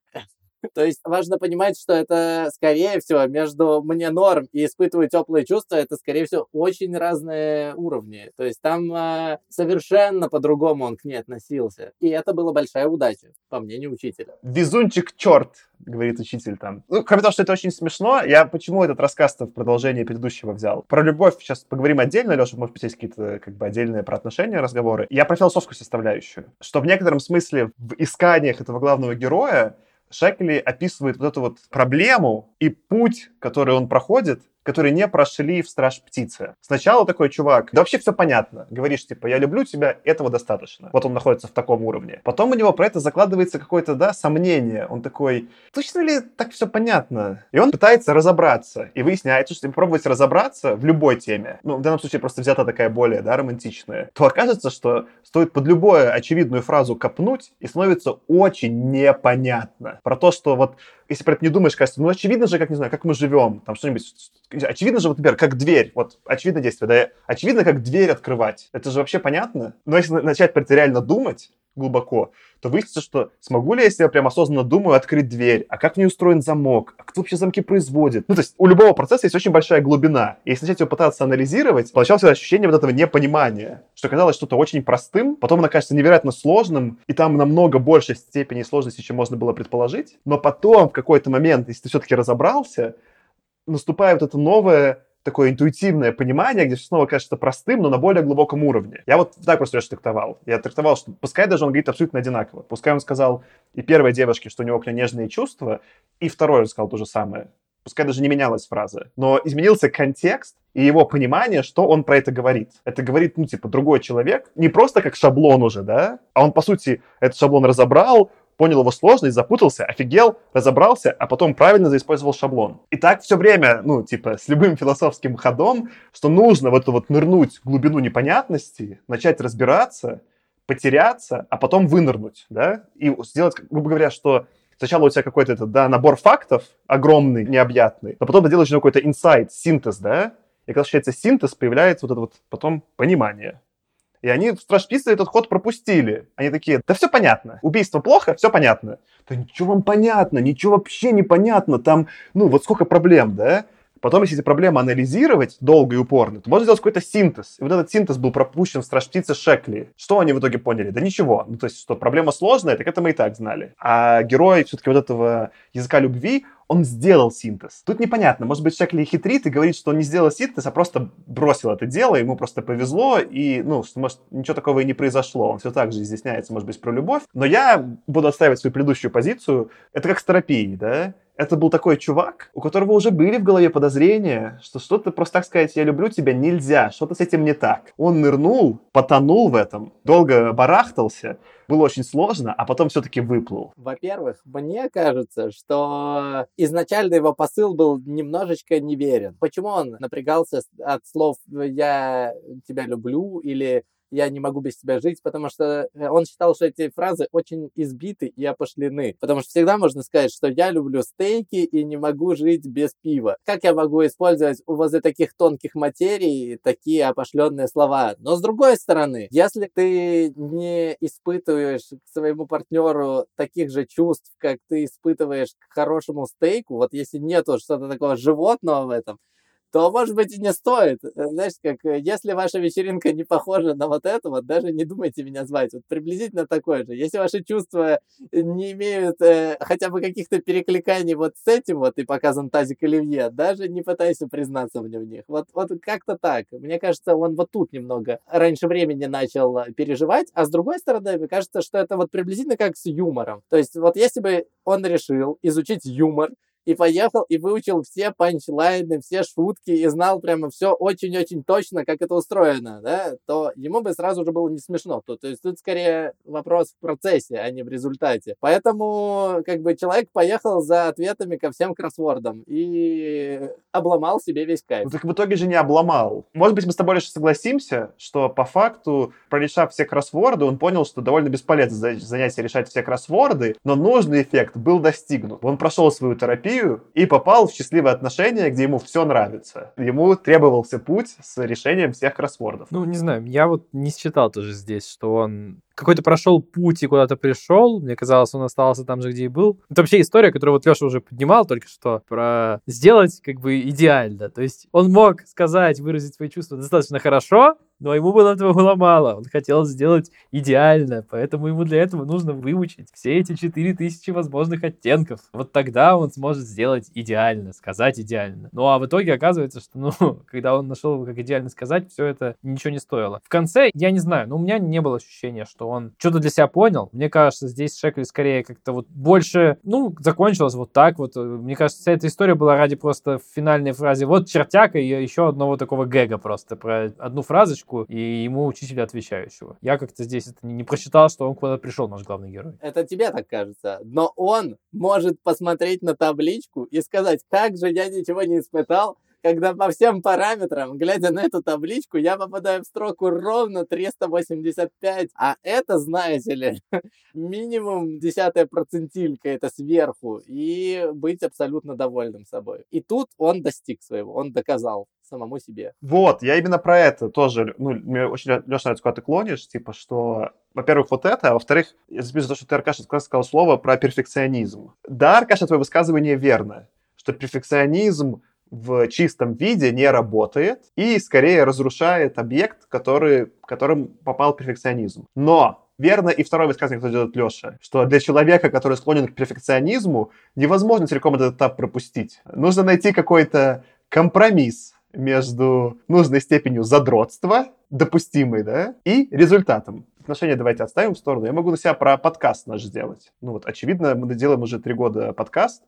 То есть важно понимать, что это, скорее всего, между мне норм и испытываю теплые чувства, это, скорее всего, очень разные уровни. То есть там э, совершенно по-другому он к ней относился. И это была большая удача, по мнению учителя. Везунчик черт, говорит учитель там. Ну, кроме того, что это очень смешно, я почему этот рассказ-то в продолжение предыдущего взял? Про любовь сейчас поговорим отдельно, Леша, может быть, есть какие-то как бы отдельные про отношения разговоры. Я про философскую составляющую. Что в некотором смысле в исканиях этого главного героя Шекли описывает вот эту вот проблему и путь, который он проходит, который не прошли в «Страж птицы». Сначала такой чувак, да вообще все понятно. Говоришь, типа, я люблю тебя, этого достаточно. Вот он находится в таком уровне. Потом у него про это закладывается какое-то, да, сомнение. Он такой, точно ли так все понятно? И он пытается разобраться. И выясняется, что если попробовать разобраться в любой теме, ну, в данном случае просто взята такая более, да, романтичная, то окажется, что стоит под любую очевидную фразу копнуть, и становится очень непонятно. Про то, что вот, если про это не думаешь, кажется, ну, очевидно же, как, не знаю, как мы живем, там что-нибудь. Очевидно же, вот, например, как дверь, вот, очевидное действие, да, очевидно, как дверь открывать. Это же вообще понятно. Но если начать про это реально думать глубоко, то выяснится, что смогу ли, если я прям осознанно думаю, открыть дверь, а как в ней устроен замок, а кто вообще замки производит. Ну, то есть у любого процесса есть очень большая глубина. И если начать его пытаться анализировать, получалось ощущение вот этого непонимания, что казалось что-то очень простым, потом оно кажется невероятно сложным, и там намного большей степени сложности, чем можно было предположить. Но потом, в какой-то момент, если ты все-таки разобрался, наступает вот это новое такое интуитивное понимание, где все снова кажется простым, но на более глубоком уровне. Я вот так просто Леша трактовал. Я трактовал, что пускай даже он говорит абсолютно одинаково. Пускай он сказал и первой девушке, что у него к ней нежные чувства, и второй он сказал то же самое. Пускай даже не менялась фраза. Но изменился контекст и его понимание, что он про это говорит. Это говорит, ну, типа, другой человек. Не просто как шаблон уже, да? А он, по сути, этот шаблон разобрал, понял его сложность, запутался, офигел, разобрался, а потом правильно заиспользовал шаблон. И так все время, ну, типа, с любым философским ходом, что нужно в эту вот нырнуть в глубину непонятности, начать разбираться, потеряться, а потом вынырнуть, да, и сделать, грубо говоря, что сначала у тебя какой-то этот, да, набор фактов огромный, необъятный, но потом ты делаешь какой-то инсайт, синтез, да, и когда случается синтез, появляется вот это вот потом понимание. И они в «Страж птицы» этот ход пропустили. Они такие, да все понятно. Убийство плохо, все понятно. Да ничего вам понятно, ничего вообще не понятно. Там, ну, вот сколько проблем, да? Потом, если эти проблемы анализировать долго и упорно, то можно сделать какой-то синтез. И вот этот синтез был пропущен в «Страж птицы» Шекли. Что они в итоге поняли? Да ничего. Ну, то есть, что проблема сложная, так это мы и так знали. А герой все-таки вот этого языка любви, он сделал синтез. Тут непонятно, может быть, Шекли хитрит и говорит, что он не сделал синтез, а просто бросил это дело, ему просто повезло, и, ну, что, может, ничего такого и не произошло. Он все так же изъясняется, может быть, про любовь. Но я буду отстаивать свою предыдущую позицию. Это как с терапией, да? Это был такой чувак, у которого уже были в голове подозрения, что что-то просто так сказать «я люблю тебя» нельзя, что-то с этим не так. Он нырнул, потонул в этом, долго барахтался, было очень сложно, а потом все-таки выплыл. Во-первых, мне кажется, что изначально его посыл был немножечко неверен. Почему он напрягался от слов «я тебя люблю» или «я не могу без тебя жить», потому что он считал, что эти фразы очень избиты и опошлены. Потому что всегда можно сказать, что я люблю стейки и не могу жить без пива. Как я могу использовать возле таких тонких материй такие опошленные слова? Но с другой стороны, если ты не испытываешь к своему партнеру таких же чувств, как ты испытываешь к хорошему стейку, вот если нету что-то такого животного в этом, то, может быть, и не стоит. Знаешь, как, если ваша вечеринка не похожа на вот это, вот даже не думайте меня звать. Вот приблизительно такое же. Если ваши чувства не имеют э, хотя бы каких-то перекликаний вот с этим вот и показан тазик оливье, даже не пытайся признаться мне в них. Вот, вот как-то так. Мне кажется, он вот тут немного раньше времени начал переживать, а с другой стороны, мне кажется, что это вот приблизительно как с юмором. То есть вот если бы он решил изучить юмор, и поехал, и выучил все панчлайны, все шутки, и знал прямо все очень-очень точно, как это устроено, да, то ему бы сразу же было не смешно. То, то есть тут скорее вопрос в процессе, а не в результате. Поэтому, как бы, человек поехал за ответами ко всем кроссвордам и обломал себе весь кайф. Ну, так в итоге же не обломал. Может быть, мы с тобой лишь согласимся, что по факту, прорешав все кроссворды, он понял, что довольно бесполезно занятие решать все кроссворды, но нужный эффект был достигнут. Он прошел свою терапию и попал в счастливые отношения, где ему все нравится. Ему требовался путь с решением всех кроссвордов. Ну, не знаю, я вот не считал тоже здесь, что он какой-то прошел путь и куда-то пришел. Мне казалось, он остался там же, где и был. Это вообще история, которую вот Леша уже поднимал только что, про сделать как бы идеально. То есть он мог сказать, выразить свои чувства достаточно хорошо, но ему было этого было мало. Он хотел сделать идеально, поэтому ему для этого нужно выучить все эти четыре тысячи возможных оттенков. Вот тогда он сможет сделать идеально, сказать идеально. Ну, а в итоге оказывается, что, ну, когда он нашел, как идеально сказать, все это ничего не стоило. В конце, я не знаю, но у меня не было ощущения, что он что-то для себя понял. Мне кажется, здесь Шекли скорее как-то вот больше, ну, закончилось вот так вот. Мне кажется, вся эта история была ради просто финальной фразы «вот чертяка» и еще одного такого гэга просто про одну фразочку и ему учителя отвечающего. Я как-то здесь это не просчитал, что он куда-то пришел, наш главный герой. Это тебе так кажется. Но он может посмотреть на табличку и сказать, как же я ничего не испытал, когда по всем параметрам, глядя на эту табличку, я попадаю в строку ровно триста восемьдесят пять. А это, знаете ли, минимум десятая процентилька, это сверху. И быть абсолютно довольным собой. И тут он достиг своего, он доказал самому себе. Вот, я именно про это тоже, ну, мне очень, Леша, нравится, куда ты клонишь, типа, что, во-первых, вот это, а во-вторых, я запишу то, что ты, Аркаша, сказал слово про перфекционизм. Да, Аркаша, твое высказывание верно, что перфекционизм в чистом виде не работает и скорее разрушает объект, который, которым попал перфекционизм. Но верно и второе высказывание, которое делает Леша, что для человека, который склонен к перфекционизму, невозможно целиком этот этап пропустить. Нужно найти какой-то компромисс между нужной степенью задротства, допустимой, да, и результатом. Отношения давайте оставим в сторону. Я могу на себя про подкаст наш сделать. Ну вот, очевидно, мы делаем уже три года подкаст,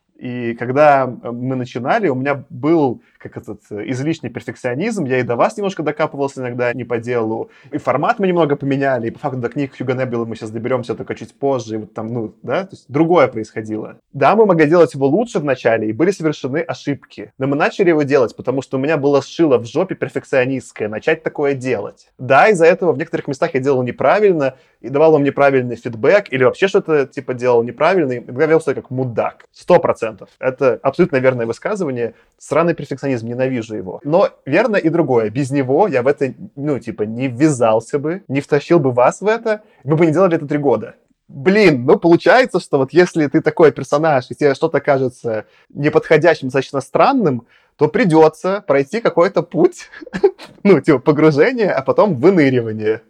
и когда мы начинали, у меня был как этот излишний перфекционизм, я и до вас немножко докапывался иногда не по делу, и формат мы немного поменяли, и по факту до книг Хьюго Неббела мы сейчас доберемся только чуть позже, и вот там, ну, да, то есть другое происходило. Да, мы могли делать его лучше в начале, и были совершены ошибки, но мы начали его делать, потому что у меня было шило в жопе перфекционистское, начать такое делать. Да, из-за этого в некоторых местах я делал неправильно, и давал вам неправильный фидбэк, или вообще что-то типа делал неправильно, и иногда вел себя как мудак. Сто процентов. Это абсолютно верное высказывание. Сраный перфекционизм, ненавижу его. Но верно и другое. Без него я в это, ну, типа, не ввязался бы, не втащил бы вас в это, мы бы не делали это три года. Блин, ну получается, что вот если ты такой персонаж, и тебе что-то кажется неподходящим, достаточно странным, то придется пройти какой-то путь, ну, типа, погружения, а потом выныривание.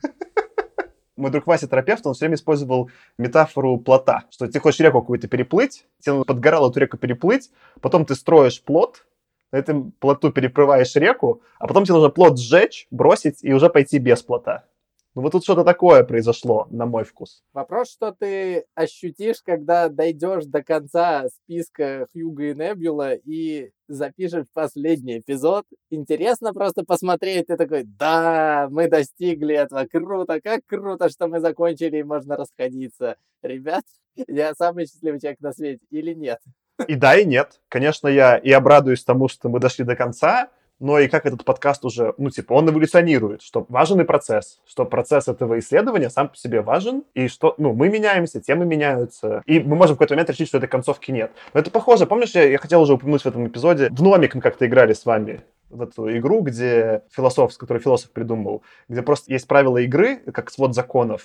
Мой друг Вася, терапевт, он все время использовал метафору плота, что ты хочешь реку какую-то переплыть, тебе надо подгорало эту реку переплыть, потом ты строишь плот, на этом плоту переплываешь реку, а потом тебе нужно плот сжечь, бросить и уже пойти без плота. Ну вот тут что-то такое произошло, на мой вкус. Вопрос, что ты ощутишь, когда дойдешь до конца списка Хьюго и Неббела и запишешь последний эпизод. Интересно просто посмотреть. Ты такой, да, мы достигли этого. Круто, как круто, что мы закончили и можно расходиться. Ребят, я самый счастливый человек на свете или нет? И да, и нет. Конечно, я и обрадуюсь тому, что мы дошли до конца, но и как этот подкаст уже, ну, типа, он эволюционирует, что важен и процесс, что процесс этого исследования сам по себе важен, и что, ну, мы меняемся, темы меняются, и мы можем в какой-то момент решить, что этой концовки нет. Но это похоже, помнишь, я, я хотел уже упомянуть в этом эпизоде, в Номик мы как-то играли с вами, в эту игру, где философ, которую философ придумал, где просто есть правила игры, как свод законов,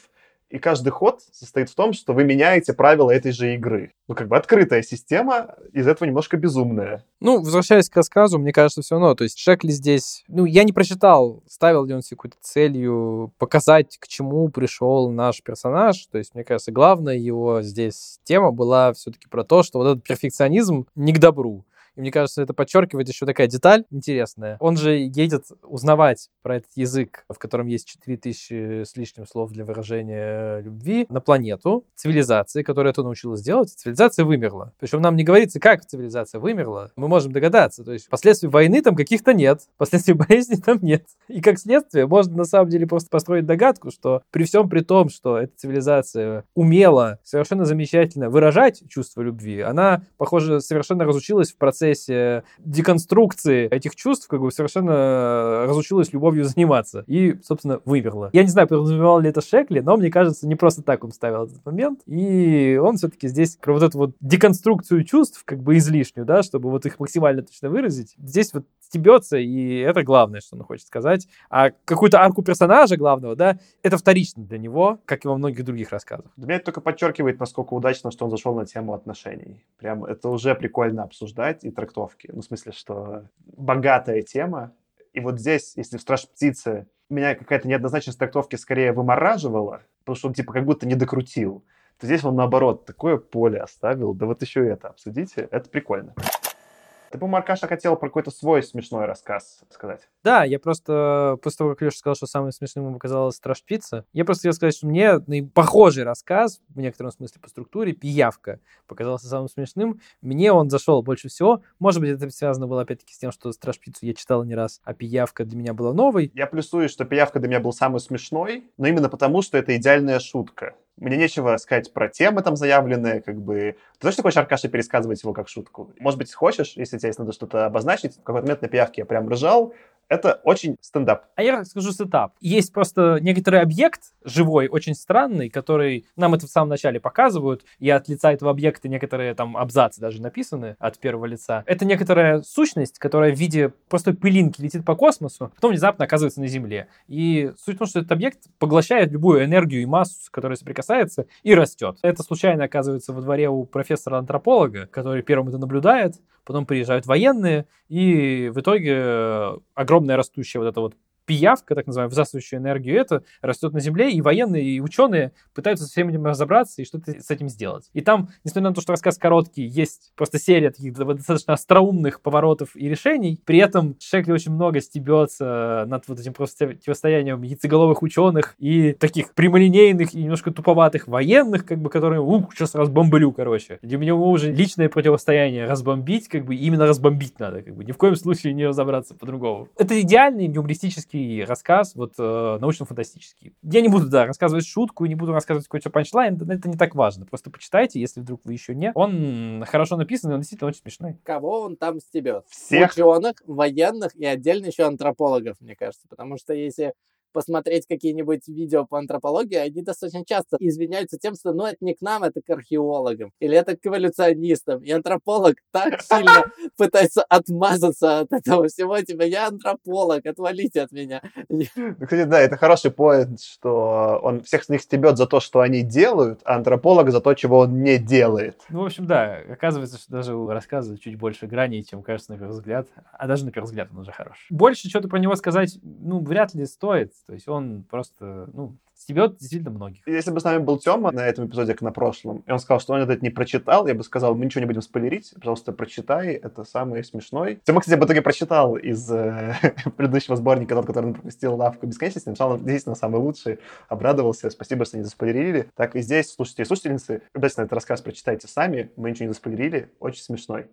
и каждый ход состоит в том, что вы меняете правила этой же игры. Ну, как бы открытая система, из этого немножко безумная. Ну, возвращаясь к рассказу, мне кажется, все равно, то есть Шекли здесь, ну, я не прочитал, ставил ли он себе какую-то целью показать, к чему пришел наш персонаж, то есть, мне кажется, главная его здесь тема была все-таки про то, что вот этот перфекционизм не к добру. И мне кажется, это подчеркивает еще такая деталь интересная. Он же едет узнавать про этот язык, в котором есть четыре тысячи с лишним слов для выражения любви, на планету цивилизации, которая это научилась делать. Цивилизация вымерла. Причем нам не говорится, как цивилизация вымерла. Мы можем догадаться. То есть последствий войны там каких-то нет, последствий болезни там нет. И как следствие можно на самом деле просто построить догадку, что при всем при том, что эта цивилизация умела совершенно замечательно выражать чувство любви, она, похоже, совершенно разучилась в процессе деконструкции этих чувств, как бы совершенно разучилась любовью заниматься. И, собственно, вымерла. Я не знаю, подразумевал ли это Шекли, но мне кажется, не просто так он ставил этот момент. И он все-таки здесь про вот эту вот деконструкцию чувств, как бы излишнюю, да, чтобы вот их максимально точно выразить, здесь вот стебется, и это главное, что он хочет сказать. А какую-то арку персонажа главного, да, это вторично для него, как и во многих других рассказах. Для меня это только подчеркивает, насколько удачно, что он зашел на тему отношений. Прям это уже прикольно обсуждать и трактовки. Ну, в смысле, что богатая тема. И вот здесь, если в «Страж птицы» меня какая-то неоднозначность трактовки скорее вымораживала, потому что он типа как будто не докрутил, то здесь он, наоборот, такое поле оставил. Да вот еще и это обсудите. Это прикольно. Ты, по-моему, Аркаша хотел про какой-то свой смешной рассказ сказать. Да, я просто, после того, как Леша сказал, что самым смешным ему показалась «Страж птица», я просто хотел сказать, что мне похожий рассказ, в некотором смысле по структуре, «Пиявка», показался самым смешным. Мне он зашел больше всего. Может быть, это связано было, опять-таки, с тем, что «Страж птицу» я читал не раз, а «Пиявка» для меня была новой. Я плюсую, что «Пиявка» для меня был самый смешной, но именно потому, что это идеальная шутка. Мне нечего сказать про темы там заявленные, как бы... Ты точно хочешь, Аркаша, пересказывать его как шутку? Может быть, хочешь, если тебе надо что-то обозначить? В какой-то момент на «Пиявке» я прям ржал. Это очень стендап. А я расскажу сетап. Есть просто некоторый объект живой, очень странный, который нам это в самом начале показывают, и от лица этого объекта некоторые там абзацы даже написаны от первого лица. Это некоторая сущность, которая в виде простой пылинки летит по космосу, потом внезапно оказывается на Земле. И суть в том, что этот объект поглощает любую энергию и массу, с которой соприкасается, и растет. Это случайно оказывается во дворе у профессора-антрополога, который первым это наблюдает, потом приезжают военные, и в итоге огромная растущая вот эта вот пиявка, так называемая, всасывающая энергию, это растет на Земле, и военные, и ученые пытаются со всем этим разобраться и что-то с этим сделать. И там, несмотря на то, что рассказ короткий, есть просто серия таких достаточно остроумных поворотов и решений, при этом Шекли очень много стебется над вот этим просто противостоянием яйцеголовых ученых и таких прямолинейных и немножко туповатых военных, как бы, которые, ух, сейчас разбомблю, короче. И у него уже личное противостояние разбомбить, как бы, именно разбомбить надо, как бы, ни в коем случае не разобраться по-другому. Это идеальный юмористический рассказ, вот, э, научно-фантастический. Я не буду, да, рассказывать шутку, не буду рассказывать какой-то панчлайн, это, это не так важно. Просто почитайте, если вдруг вы еще не. Он хорошо написан, он действительно очень смешной. Кого он там стебет? Всех. Ученых, военных и отдельно еще антропологов, мне кажется. Потому что если посмотреть какие-нибудь видео по антропологии, они достаточно часто извиняются тем, что ну это не к нам, это к археологам. Или это к эволюционистам. И антрополог так сильно пытается отмазаться от этого всего. Типа, я антрополог, отвалите от меня. Ну, кстати, да, это хороший поинт, что он всех с них стебет за то, что они делают, а антрополог за то, чего он не делает. Ну, в общем, да, оказывается, что даже у рассказа чуть больше граней, чем кажется на первый взгляд. А даже на первый взгляд он уже хорош. Больше что-то про него сказать, ну, вряд ли стоит. То есть он просто, ну, стебет действительно многих. Если бы с нами был Тёма на этом эпизоде, как на прошлом, и он сказал, что он это не прочитал, я бы сказал, мы ничего не будем спойлерить, пожалуйста, прочитай, это самый смешной. Тёма, кстати, в итоге прочитал из э, предыдущего сборника, тот, который он пропустил, «Лавку бесконечности», написал, он действительно самый лучший, обрадовался, спасибо, что не заспойлерили. Так и здесь, слушатели и слушательницы, обязательно этот рассказ прочитайте сами, мы ничего не заспойлерили, очень смешной.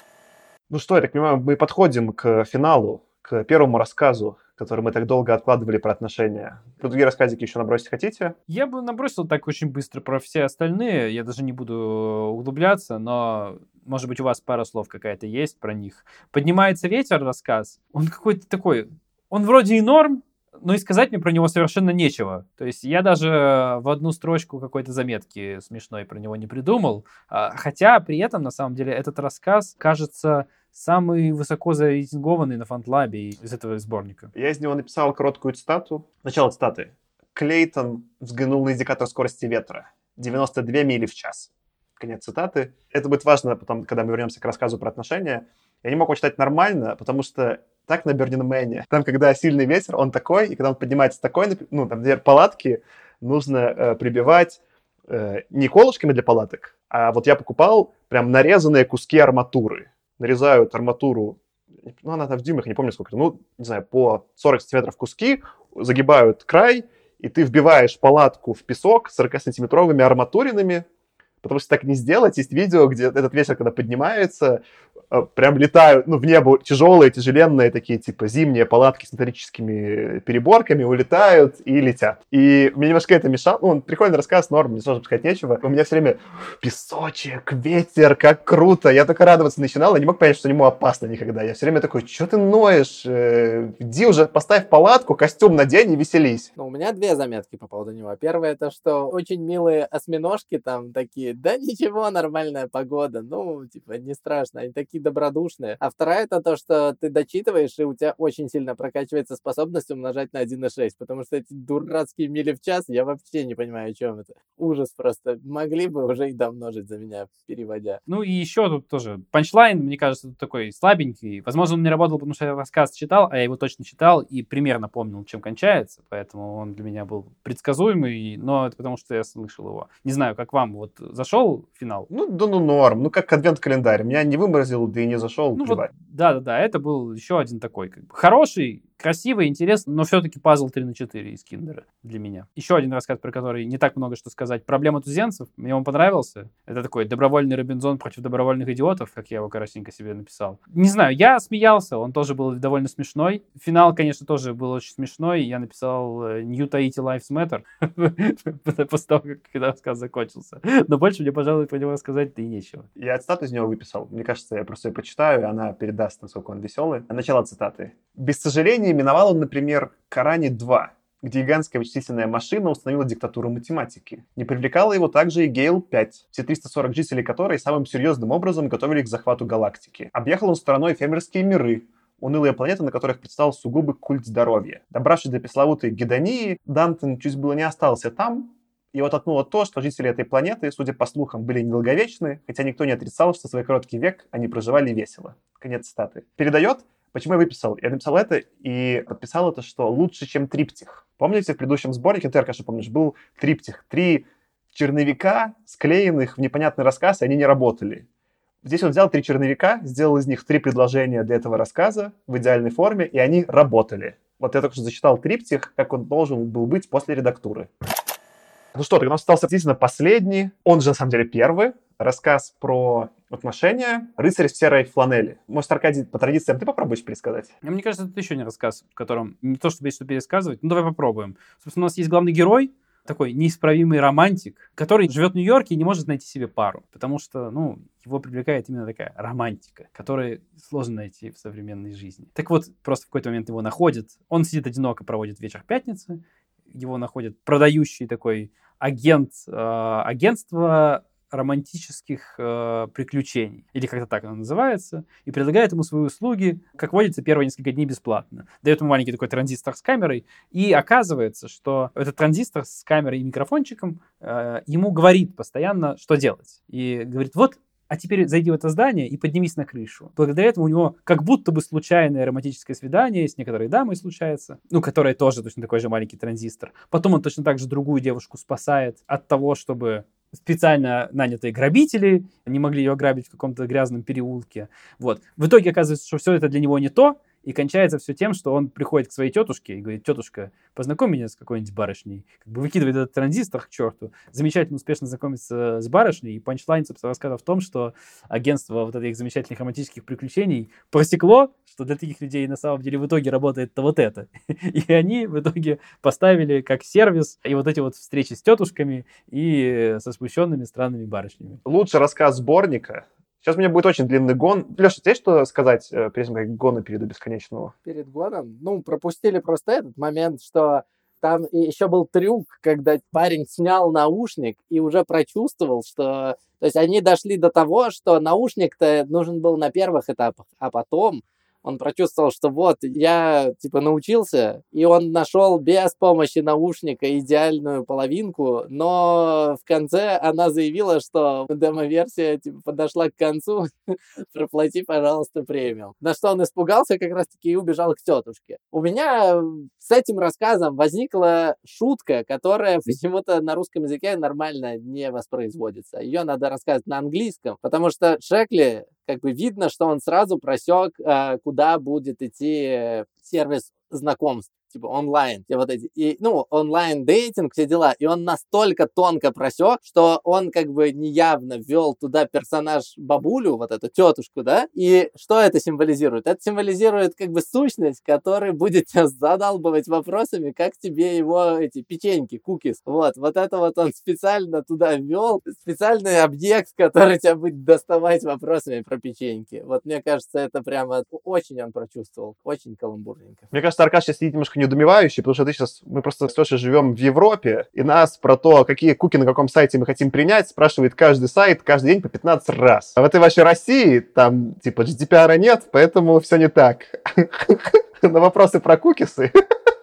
Ну что, я так понимаю, мы подходим к финалу, к первому рассказу, который мы так долго откладывали про отношения. Про другие рассказики еще набросить хотите? Я бы набросил так очень быстро про все остальные. Я даже не буду углубляться, но, может быть, у вас пара слов какая-то есть про них. «Поднимается ветер» рассказ. Он какой-то такой... Он вроде и норм, но и сказать мне про него совершенно нечего. То есть я даже в одну строчку какой-то заметки смешной про него не придумал. Хотя при этом, на самом деле, этот рассказ кажется... самый высоко зарейтингованный на Фантлабе из этого сборника. Я из него написал короткую цитату. Начало цитаты. Клейтон взглянул на индикатор скорости ветра. девяносто две мили в час. Конец цитаты. Это будет важно потом, когда мы вернемся к рассказу про отношения. Я не мог его читать нормально, потому что так на Burning Man. Там, когда сильный ветер, он такой, и когда он поднимается такой, ну, там, например, палатки нужно э, прибивать э, не колышками для палаток, а вот я покупал прям нарезанные куски арматуры. Нарезают арматуру, ну, она там в дюймах, не помню сколько, ну, не знаю, по сорок сантиметров куски, загибают край, и ты вбиваешь палатку в песок сорокасантиметровыми арматуринами, потому что так не сделать. Есть видео, где этот ветер, когда поднимается, прям летают, ну, в небо тяжелые, тяжеленные такие, типа, зимние палатки с металлическими переборками улетают и летят. И мне немножко это мешало. Ну, он прикольный рассказ, норм, мне сложно сказать нечего. У меня все время песочек, ветер, как круто. Я только радоваться начинал, я не мог понять, что ему опасно никогда. Я все время такой, что ты ноешь? Иди уже, поставь палатку, костюм надень и веселись. Ну, у меня две заметки по поводу него. Первое, это что очень милые осьминожки там такие, да ничего, нормальная погода, ну, типа, не страшно, они такие добродушные. А вторая, это то, что ты дочитываешь, и у тебя очень сильно прокачивается способность умножать на один и шесть, потому что эти дурацкие мили в час, я вообще не понимаю, о чем это. Ужас просто. Могли бы уже и домножить за меня, переводя. Ну и еще тут тоже панчлайн, мне кажется, тут такой слабенький. Возможно, он не работал, потому что я рассказ читал, а я его точно читал и примерно помнил, чем кончается, поэтому он для меня был предсказуемый, но это потому, что я слышал его. Не знаю, как вам, вот зашел финал? Ну, да ну норм, ну как адвент-календарь. Меня не выморозил, да и не зашел, ну, плевать. Вот, да-да-да, это был еще один такой, как бы, хороший, красивый, интересный, но все-таки пазл три на четыре из Киндера для меня. Еще один рассказ, про который не так много что сказать. «Проблема туземцев». Мне он понравился. Это такой добровольный Робинзон против добровольных идиотов, как я его коротенько себе написал. Не знаю, я смеялся, он тоже был довольно смешной. Финал, конечно, тоже был очень смешной. Я написал «New Tahiti Lives Matter» после того, как когда рассказ закончился. Но больше мне, пожалуй, про него сказать-то и нечего. Я цитату из него выписал. Мне кажется, я просто ее почитаю, и она передаст, насколько он веселый. Начало цитаты. «Без сожаления, миновал он, например, Коране два, где гигантская вычислительная машина установила диктатуру математики. Не привлекала его также и Гейл пять, все триста сорок жителей которой самым серьезным образом готовили к захвату галактики. Объехал он стороной фермерские миры, унылые планеты, на которых предстал сугубый культ здоровья. Добравшись до пресловутой Гедонии, Дантон чуть было не остался там. Его толкнуло то, что жители этой планеты, судя по слухам, были недолговечны, хотя никто не отрицал, что свой короткий век они проживали весело». Конец цитаты. Передает. Почему я выписал? Я написал это и подписал это, что лучше, чем триптих. Помните, в предыдущем сборнике, ты, Аркаша, помнишь, был триптих. Три черновика, склеенных в непонятный рассказ, и они не работали. Здесь он взял три черновика, сделал из них три предложения для этого рассказа в идеальной форме, и они работали. Вот я только что зачитал триптих, как он должен был быть после редактуры. Ну что, тогда у нас остался действительно последний, он же на самом деле первый, рассказ про отношения «Рыцарь в серой фланели». Может, Аркадий, по традициям ты попробуешь пересказать? Мне кажется, это еще не рассказ, в котором не то, чтобы есть что пересказывать, ну давай попробуем. Собственно, у нас есть главный герой, такой неисправимый романтик, который живет в Нью-Йорке и не может найти себе пару, потому что, ну, его привлекает именно такая романтика, которую сложно найти в современной жизни. Так вот, просто в какой-то момент его находят, он сидит одиноко, проводит вечер пятницы, его находит продающий такой агент э, агентства романтических э, приключений, или как-то так оно называется, и предлагает ему свои услуги, как водится, первые несколько дней бесплатно. Дает ему маленький такой транзистор с камерой, и оказывается, что этот транзистор с камерой и микрофончиком э, ему говорит постоянно, что делать. И говорит, вот, а теперь зайди в это здание и поднимись на крышу. Благодаря этому у него как будто бы случайное романтическое свидание с некоторой дамой случается, ну, которая тоже точно такой же маленький транзистор. Потом он точно так же другую девушку спасает от того, чтобы специально нанятые грабители не могли ее ограбить в каком-то грязном переулке. Вот. В итоге оказывается, что все это для него не то, и кончается все тем, что он приходит к своей тетушке и говорит, тетушка, познакомь меня с какой-нибудь барышней. Как бы выкидывает этот транзистор к черту. Замечательно успешно знакомится с барышней. И панчлайн, собственно, рассказывает в том, что агентство вот этих замечательных романтических приключений просекло, что для таких людей на самом деле в итоге работает-то вот это. И они в итоге поставили как сервис и вот эти вот встречи с тетушками и со смущенными странными барышнями. Лучший рассказ сборника. Сейчас у меня будет очень длинный гон. Леша, тебе есть что сказать, прежде чем я гона перейду бесконечного? Перед гоном? Ну, пропустили просто этот момент, что там еще был трюк, когда парень снял наушник и уже прочувствовал, что... То есть они дошли до того, что наушник-то нужен был на первых этапах, а потом Он прочувствовал, что вот, я, типа, научился, и он нашел без помощи наушника идеальную половинку, но в конце она заявила, что демо-версия, типа, подошла к концу, проплати, пожалуйста, премиум. На что он испугался как раз-таки и убежал к тетушке. У меня с этим рассказом возникла шутка, которая почему-то на русском языке нормально не воспроизводится. Ее надо рассказывать на английском, потому что Шекли, как бы видно, что он сразу просек, куда будет идти сервис знакомств, типа онлайн, вот эти, и, ну, онлайн-дейтинг, все дела, и он настолько тонко просек, что он как бы неявно ввел туда персонаж бабулю, вот эту тетушку, да, и что это символизирует? Это символизирует как бы сущность, которая будет тебя задалбывать вопросами, как тебе его эти печеньки, кукис, вот, вот это вот он специально туда ввел, специальный объект, который тебя будет доставать вопросами про печеньки. Вот мне кажется, это прямо очень он прочувствовал, очень каламбурненько. Мне кажется, Аркаш сейчас сидит немножко недоумевающий, потому что ты сейчас, мы просто с Лешей живем в Европе, и нас про то, какие куки на каком сайте мы хотим принять, спрашивает каждый сайт каждый день по пятнадцать раз. А в этой вашей России там, типа, джи ди пи ар нет, поэтому все не так. На вопросы про кукисы.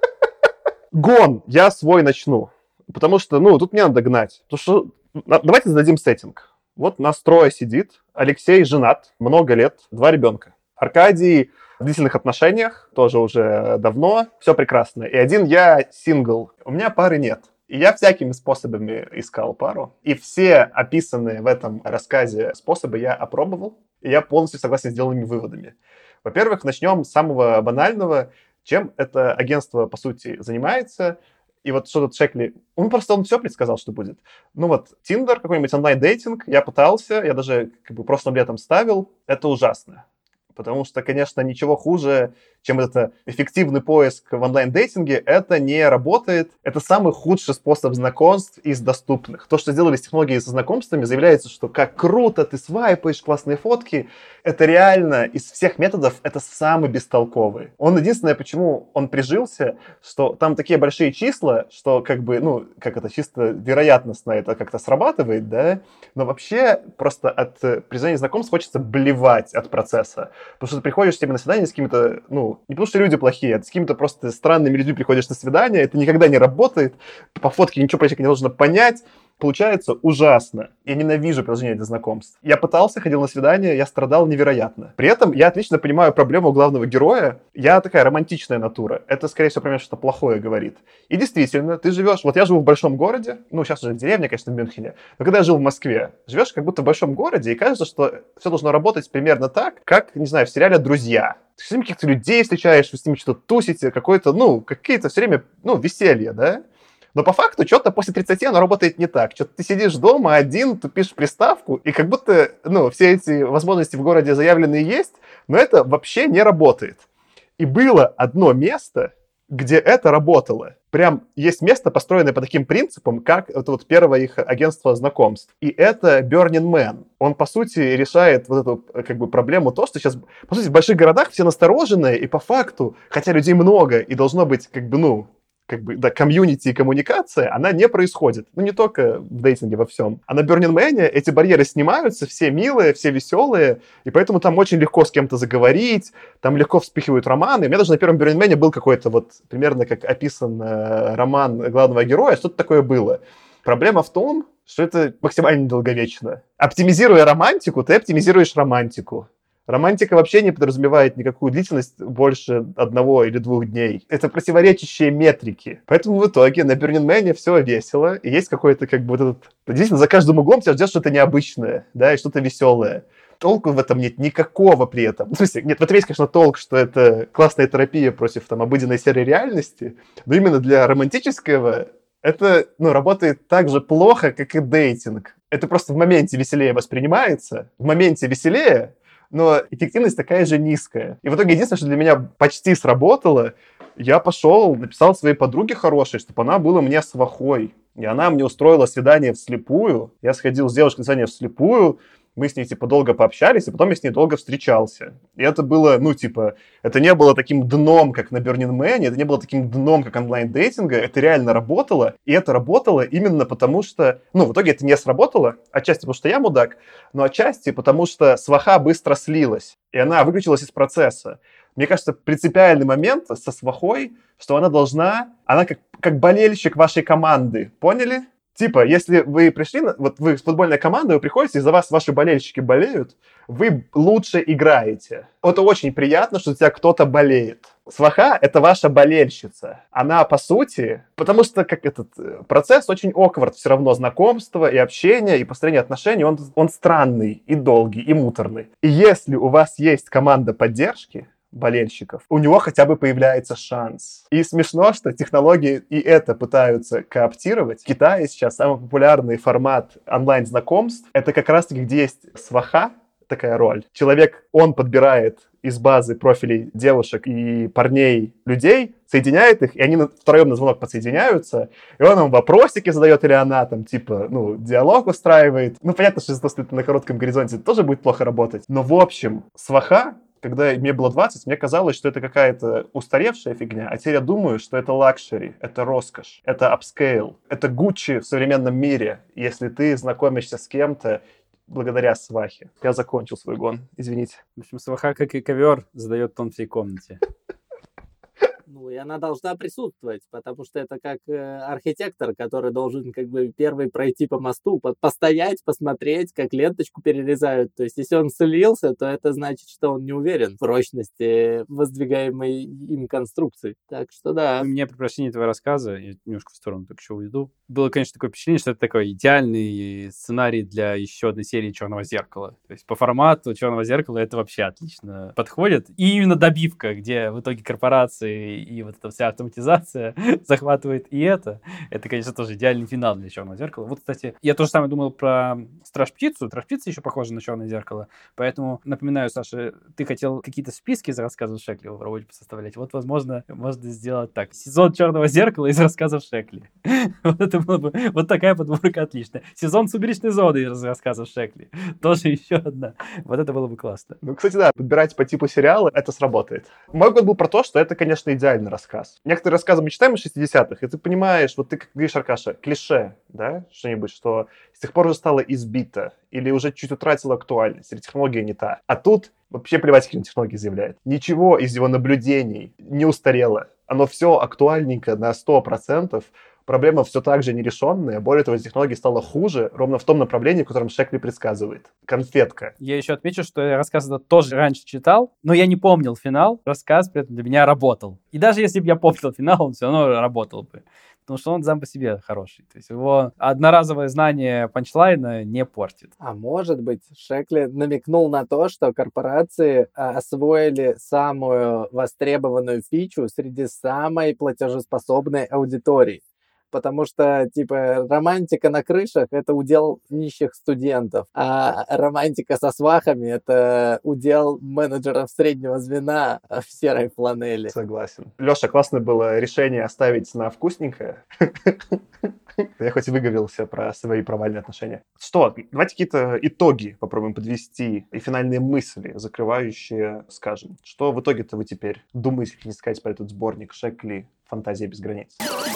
Гон, я свой начну. Потому что, ну, тут мне надо гнать. Потому что, давайте зададим сеттинг. Вот нас трое сидит, Алексей женат, много лет, два ребенка. Аркадий в длительных отношениях, тоже уже давно, все прекрасно. И один я сингл, у меня пары нет. И я всякими способами искал пару. И все описанные в этом рассказе способы я опробовал. И я полностью согласен с сделанными выводами. Во-первых, начнем с самого банального. Чем это агентство, по сути, занимается? И вот что тут Шекли... Он просто он все предсказал, что будет. Ну вот, Tinder, какой-нибудь онлайн-дейтинг, я пытался, я даже как бы прошлым летом ставил. Это ужасно. Потому что, конечно, ничего хуже, чем этот эффективный поиск в онлайн-дейтинге, это не работает. Это самый худший способ знакомств из доступных. То, что сделали с технологией со знакомствами, заявляется, что как круто, ты свайпаешь, классные фотки. Это реально из всех методов это самый бестолковый. Он единственное, почему он прижился, что там такие большие числа, что как бы, ну, как это чисто вероятностно это как-то срабатывает, да, но вообще просто от признания знакомств хочется блевать от процесса. Потому что ты приходишь себе на свидание с какими-то, ну, не потому что люди плохие, а с какими-то просто странными людьми приходишь на свидание, это никогда не работает, по фотке ничего про человека не должно понять, получается ужасно. Я ненавижу приложения для знакомств. Я пытался, ходил на свидание, я страдал невероятно. При этом я отлично понимаю проблему главного героя. Я такая романтичная натура. Это, скорее всего, про меня что-то плохое говорит. И действительно, ты живешь... Вот я живу в большом городе, ну, сейчас уже в деревне, конечно, в Мюнхене, но когда я жил в Москве, живешь как будто в большом городе, и кажется, что все должно работать примерно так, как, не знаю, в сериале «Друзья». Ты все время каких-то людей встречаешь, вы с ними что-то тусите, какое-то, ну, какие-то все время, ну, веселье, да? Но по факту что-то после тридцати оно работает не так. Что-то ты сидишь дома один, тупишь приставку, и как будто, ну, все эти возможности в городе заявленные есть, но это вообще не работает. И было одно место, где это работало. Прям есть место, построенное по таким принципам, как это вот первое их агентство знакомств. И это Burning Man. Он, по сути, решает вот эту как бы проблему, то, что сейчас, по сути, в больших городах все настороженные, и по факту, хотя людей много, и должно быть, как бы, ну, как бы, да, комьюнити и коммуникация, она не происходит. Ну, не только в дейтинге, во всем. А на Burning Man эти барьеры снимаются, все милые, все веселые, и поэтому там очень легко с кем-то заговорить, там легко вспыхивают романы. У меня даже на первом Burning Man был какой-то вот, примерно как описан э, роман главного героя, что-то такое было. Проблема в том, что это максимально недолговечно. Оптимизируя романтику, ты оптимизируешь романтику. Романтика вообще не подразумевает никакую длительность больше одного или двух дней. Это противоречащие метрики. Поэтому в итоге на Burning Man все весело, и есть какой-то как бы вот этот... Действительно, за каждым углом тебя ждет что-то необычное, да, и что-то веселое. Толку в этом нет никакого при этом. В смысле, нет, в этом есть, конечно, толк, что это классная терапия против там обыденной серой реальности, но именно для романтического это, ну, работает так же плохо, как и дейтинг. Это просто в моменте веселее воспринимается, в моменте веселее, но эффективность такая же низкая. И в итоге единственное, что для меня почти сработало, я пошел, написал своей подруге хорошей, чтобы она была мне свахой. И она мне устроила свидание вслепую. Я сходил с девушкой на свидание вслепую, Мы с ней, типа, долго пообщались, и потом я с ней долго встречался. И это было, ну, типа, это не было таким дном, как на Burning Man, это не было таким дном, как онлайн-дейтинга, это реально работало, и это работало именно потому, что, ну, в итоге это не сработало, отчасти потому, что я мудак, но отчасти потому, что сваха быстро слилась, и она выключилась из процесса. Мне кажется, принципиальный момент со свахой, что она должна, она как, как болельщик вашей команды, поняли? Типа, если вы пришли, вот вы футбольная команда, вы приходите, и за вас ваши болельщики болеют, вы лучше играете. Это очень приятно, что за тебя кто-то болеет. Сваха — это ваша болельщица. Она, по сути, потому что как этот процесс очень awkward, все равно знакомство и общение, и построение отношений, он, он странный и долгий, и муторный. И если у вас есть команда поддержки, болельщиков, у него хотя бы появляется шанс. И смешно, что технологии и это пытаются кооптировать. В Китае сейчас самый популярный формат онлайн-знакомств — это как раз-таки, где есть сваха, такая роль. Человек, он подбирает из базы профилей девушек и парней людей, соединяет их, и они втроем на звонок подсоединяются, и он им вопросики задает, или она там, типа, ну, диалог устраивает. Ну, понятно, что если это на коротком горизонте, это тоже будет плохо работать. Но, в общем, сваха, когда мне было двадцать, мне казалось, что это какая-то устаревшая фигня, а теперь я думаю, что это лакшери, это роскошь, это апскейл, это Гуччи в современном мире, если ты знакомишься с кем-то благодаря свахе. Я закончил свой гон, извините. В общем, сваха, как и ковер, задает тон всей комнате. Ну, и она должна присутствовать, потому что это как э, архитектор, который должен как бы первый пройти по мосту, по- постоять, посмотреть, как ленточку перерезают. То есть, если он слился, то это значит, что он не уверен в прочности воздвигаемой им конструкции. Так что да. У меня при прочтении этого рассказа, я немножко в сторону только что уйду, было, конечно, такое впечатление, что это такой идеальный сценарий для еще одной серии «Черного зеркала». То есть по формату «Черного зеркала» это вообще отлично подходит. И именно добивка, где в итоге корпорации и вот эта вся автоматизация захватывает и это. Это, конечно, тоже идеальный финал для «Черного зеркала». Вот, кстати, я тоже самое думал про «Страж-птицу». «Страж-птица» еще похожа на «Черное зеркало». Поэтому, напоминаю, Саша, ты хотел какие-то списки из рассказов Шекли в работе составлять. Вот, возможно, можно сделать так. Сезон «Черного зеркала» из рассказов Шекли. Вот это было бы... Вот такая подборка отличная. Сезон «Сумеречной зоны» из рассказов Шекли. Тоже еще одна. Вот это было бы классно. Ну, кстати, да, подбирать по типу сериала, это сработает. Мой год был про то, что это, конечно, идеальный рассказ. Некоторые рассказы мы читаем из шестидесятых, и ты понимаешь, вот ты, как говоришь, Аркаша, клише, да, что-нибудь, что с тех пор уже стало избито, или уже чуть утратило актуальность, или технология не та. А тут вообще плевать, какие он технологии заявляет. Ничего из его наблюдений не устарело. Оно все актуальненько на сто процентов. Проблема все так же нерешенная. Более того, технология стала хуже ровно в том направлении, в котором Шекли предсказывает. Конфетка. Я еще отмечу, что я рассказ этот тоже раньше читал, но я не помнил финал. Рассказ при этом для меня работал. И даже если бы я помнил финал, он все равно работал бы. Потому что он сам по себе хороший. То есть его одноразовое знание панчлайна не портит. А может быть, Шекли намекнул на то, что корпорации а, освоили самую востребованную фичу среди самой платежеспособной аудитории. Потому что, типа, романтика на крышах — это удел нищих студентов, а романтика со свахами — это удел менеджеров среднего звена в серой фланели. Согласен. Леша, классное было решение оставить на вкусненькое. Я хоть и выговорился про свои провальные отношения. Что, давайте какие-то итоги попробуем подвести и финальные мысли, закрывающие, скажем. Что в итоге-то вы теперь думаете, как не сказать про этот сборник Шекли «Фантазия без границ»?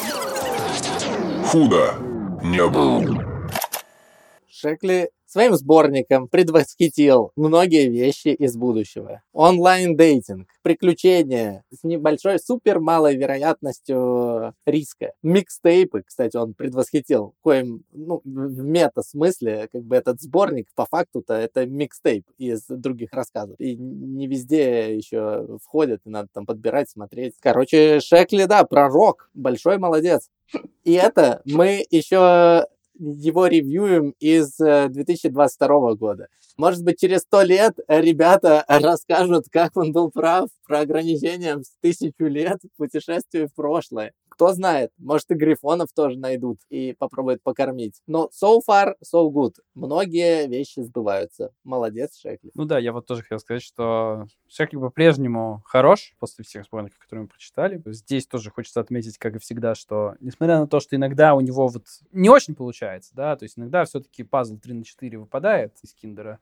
Худо не было. Шекли своим сборником предвосхитил многие вещи из будущего. Онлайн-дейтинг, приключения с небольшой супер малой вероятностью риска. Микстейпы, кстати, он предвосхитил, коим, ну, в мета-смысле, как бы этот сборник, по факту-то, это микстейп из других рассказов. И не везде еще входит, и надо там подбирать, смотреть. Короче, Шекли, да, пророк, большой молодец. И это мы еще его ревьюем из две тысячи двадцать второго года. Может быть, через сто лет ребята расскажут, как он был прав про ограничения в тысячу лет путешествия в прошлое. Кто знает, может и грифонов тоже найдут и попробуют покормить. Но so far, so good. Многие вещи сбываются. Молодец, Шекли. Ну да, я вот тоже хотел сказать, что Шекли по-прежнему хорош после всех сборников, которые мы прочитали. Здесь тоже хочется отметить, как и всегда, что несмотря на то, что иногда у него вот не очень получается, да, то есть иногда все-таки пазл три на четыре выпадает из Киндера,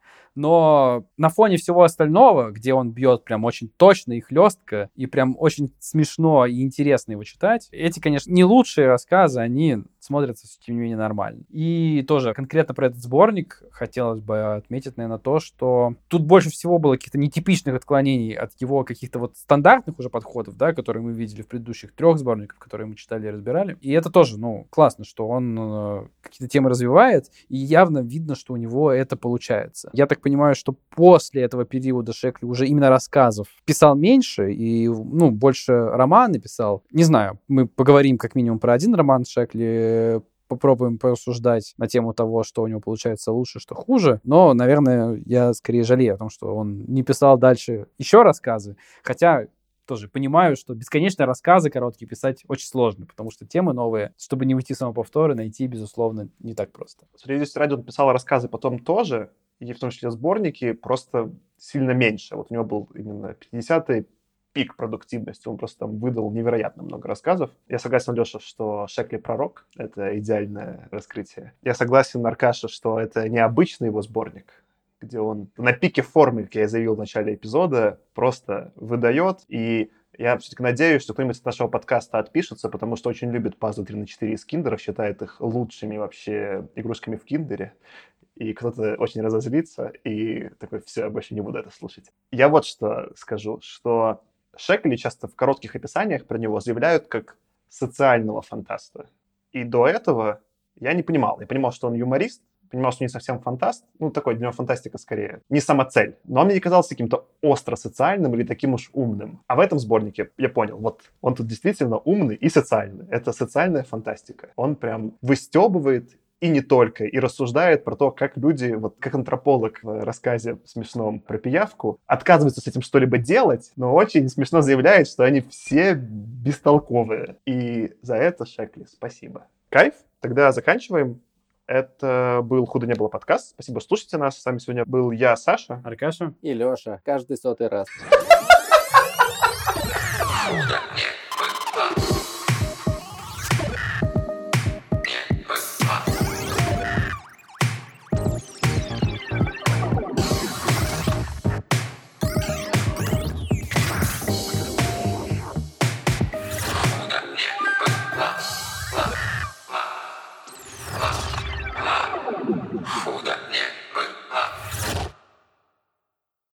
но на фоне всего остального, где он бьет прям очень точно и хлестко, и прям очень смешно и интересно его читать, эти, конечно, не лучшие рассказы, они смотрятся, тем не менее, нормально. И тоже конкретно про этот сборник хотелось бы отметить, наверное, то, что тут больше всего было каких-то нетипичных отклонений от его каких-то вот стандартных уже подходов, да, которые мы видели в предыдущих трех сборниках, которые мы читали и разбирали. И это тоже, ну, классно, что он э, какие-то темы развивает, и явно видно, что у него это получается. Я так понимаю, что после этого периода Шекли уже именно рассказов писал меньше, и, ну, больше романы писал. Не знаю, мы поговорим как минимум про один роман Шекли, попробуем порассуждать на тему того, что у него получается лучше, что хуже. Но, наверное, я скорее жалею о том, что он не писал дальше еще рассказы. Хотя тоже понимаю, что бесконечные рассказы короткие писать очень сложно, потому что темы новые, чтобы не уйти самоповторы, найти, безусловно, не так просто. «Справедливости ради» он писал рассказы потом тоже, и в том числе сборники, просто сильно меньше. Вот у него был именно пятидесятый пик продуктивности, он просто там выдал невероятно много рассказов. Я согласен, Леша, что Шекли пророк — это идеальное раскрытие. Я согласен, Аркаша, что это необычный его сборник, где он на пике формы, как я заявил в начале эпизода, просто выдает. И я все-таки надеюсь, что кто-нибудь с нашего подкаста отпишется, потому что очень любит пазлы три на четыре из киндеров, считает их лучшими вообще игрушками в киндере. И кто-то очень разозлится, и такой: все, больше не буду это слушать. Я вот что скажу, что Шекли часто в коротких описаниях про него заявляют как социального фантаста. И до этого я не понимал. Я понимал, что он юморист, понимал, что не совсем фантаст. Ну, такой для него фантастика скорее не самоцель. Но он мне не казался каким-то остро социальным или таким уж умным. А в этом сборнике я понял, вот он тут действительно умный и социальный. Это социальная фантастика. Он прям выстебывает, и не только, и рассуждает про то, как люди, вот как антрополог в рассказе смешном про пиявку, отказываются с этим что-либо делать, но очень смешно заявляет, что они все бестолковые. И за это, Шекли, спасибо. Кайф? Тогда заканчиваем. Это был «Худо не было» подкаст. Спасибо, что слушаете нас. С вами сегодня был я, Саша. Аркаша. И Леша. Каждый сотый раз. Худо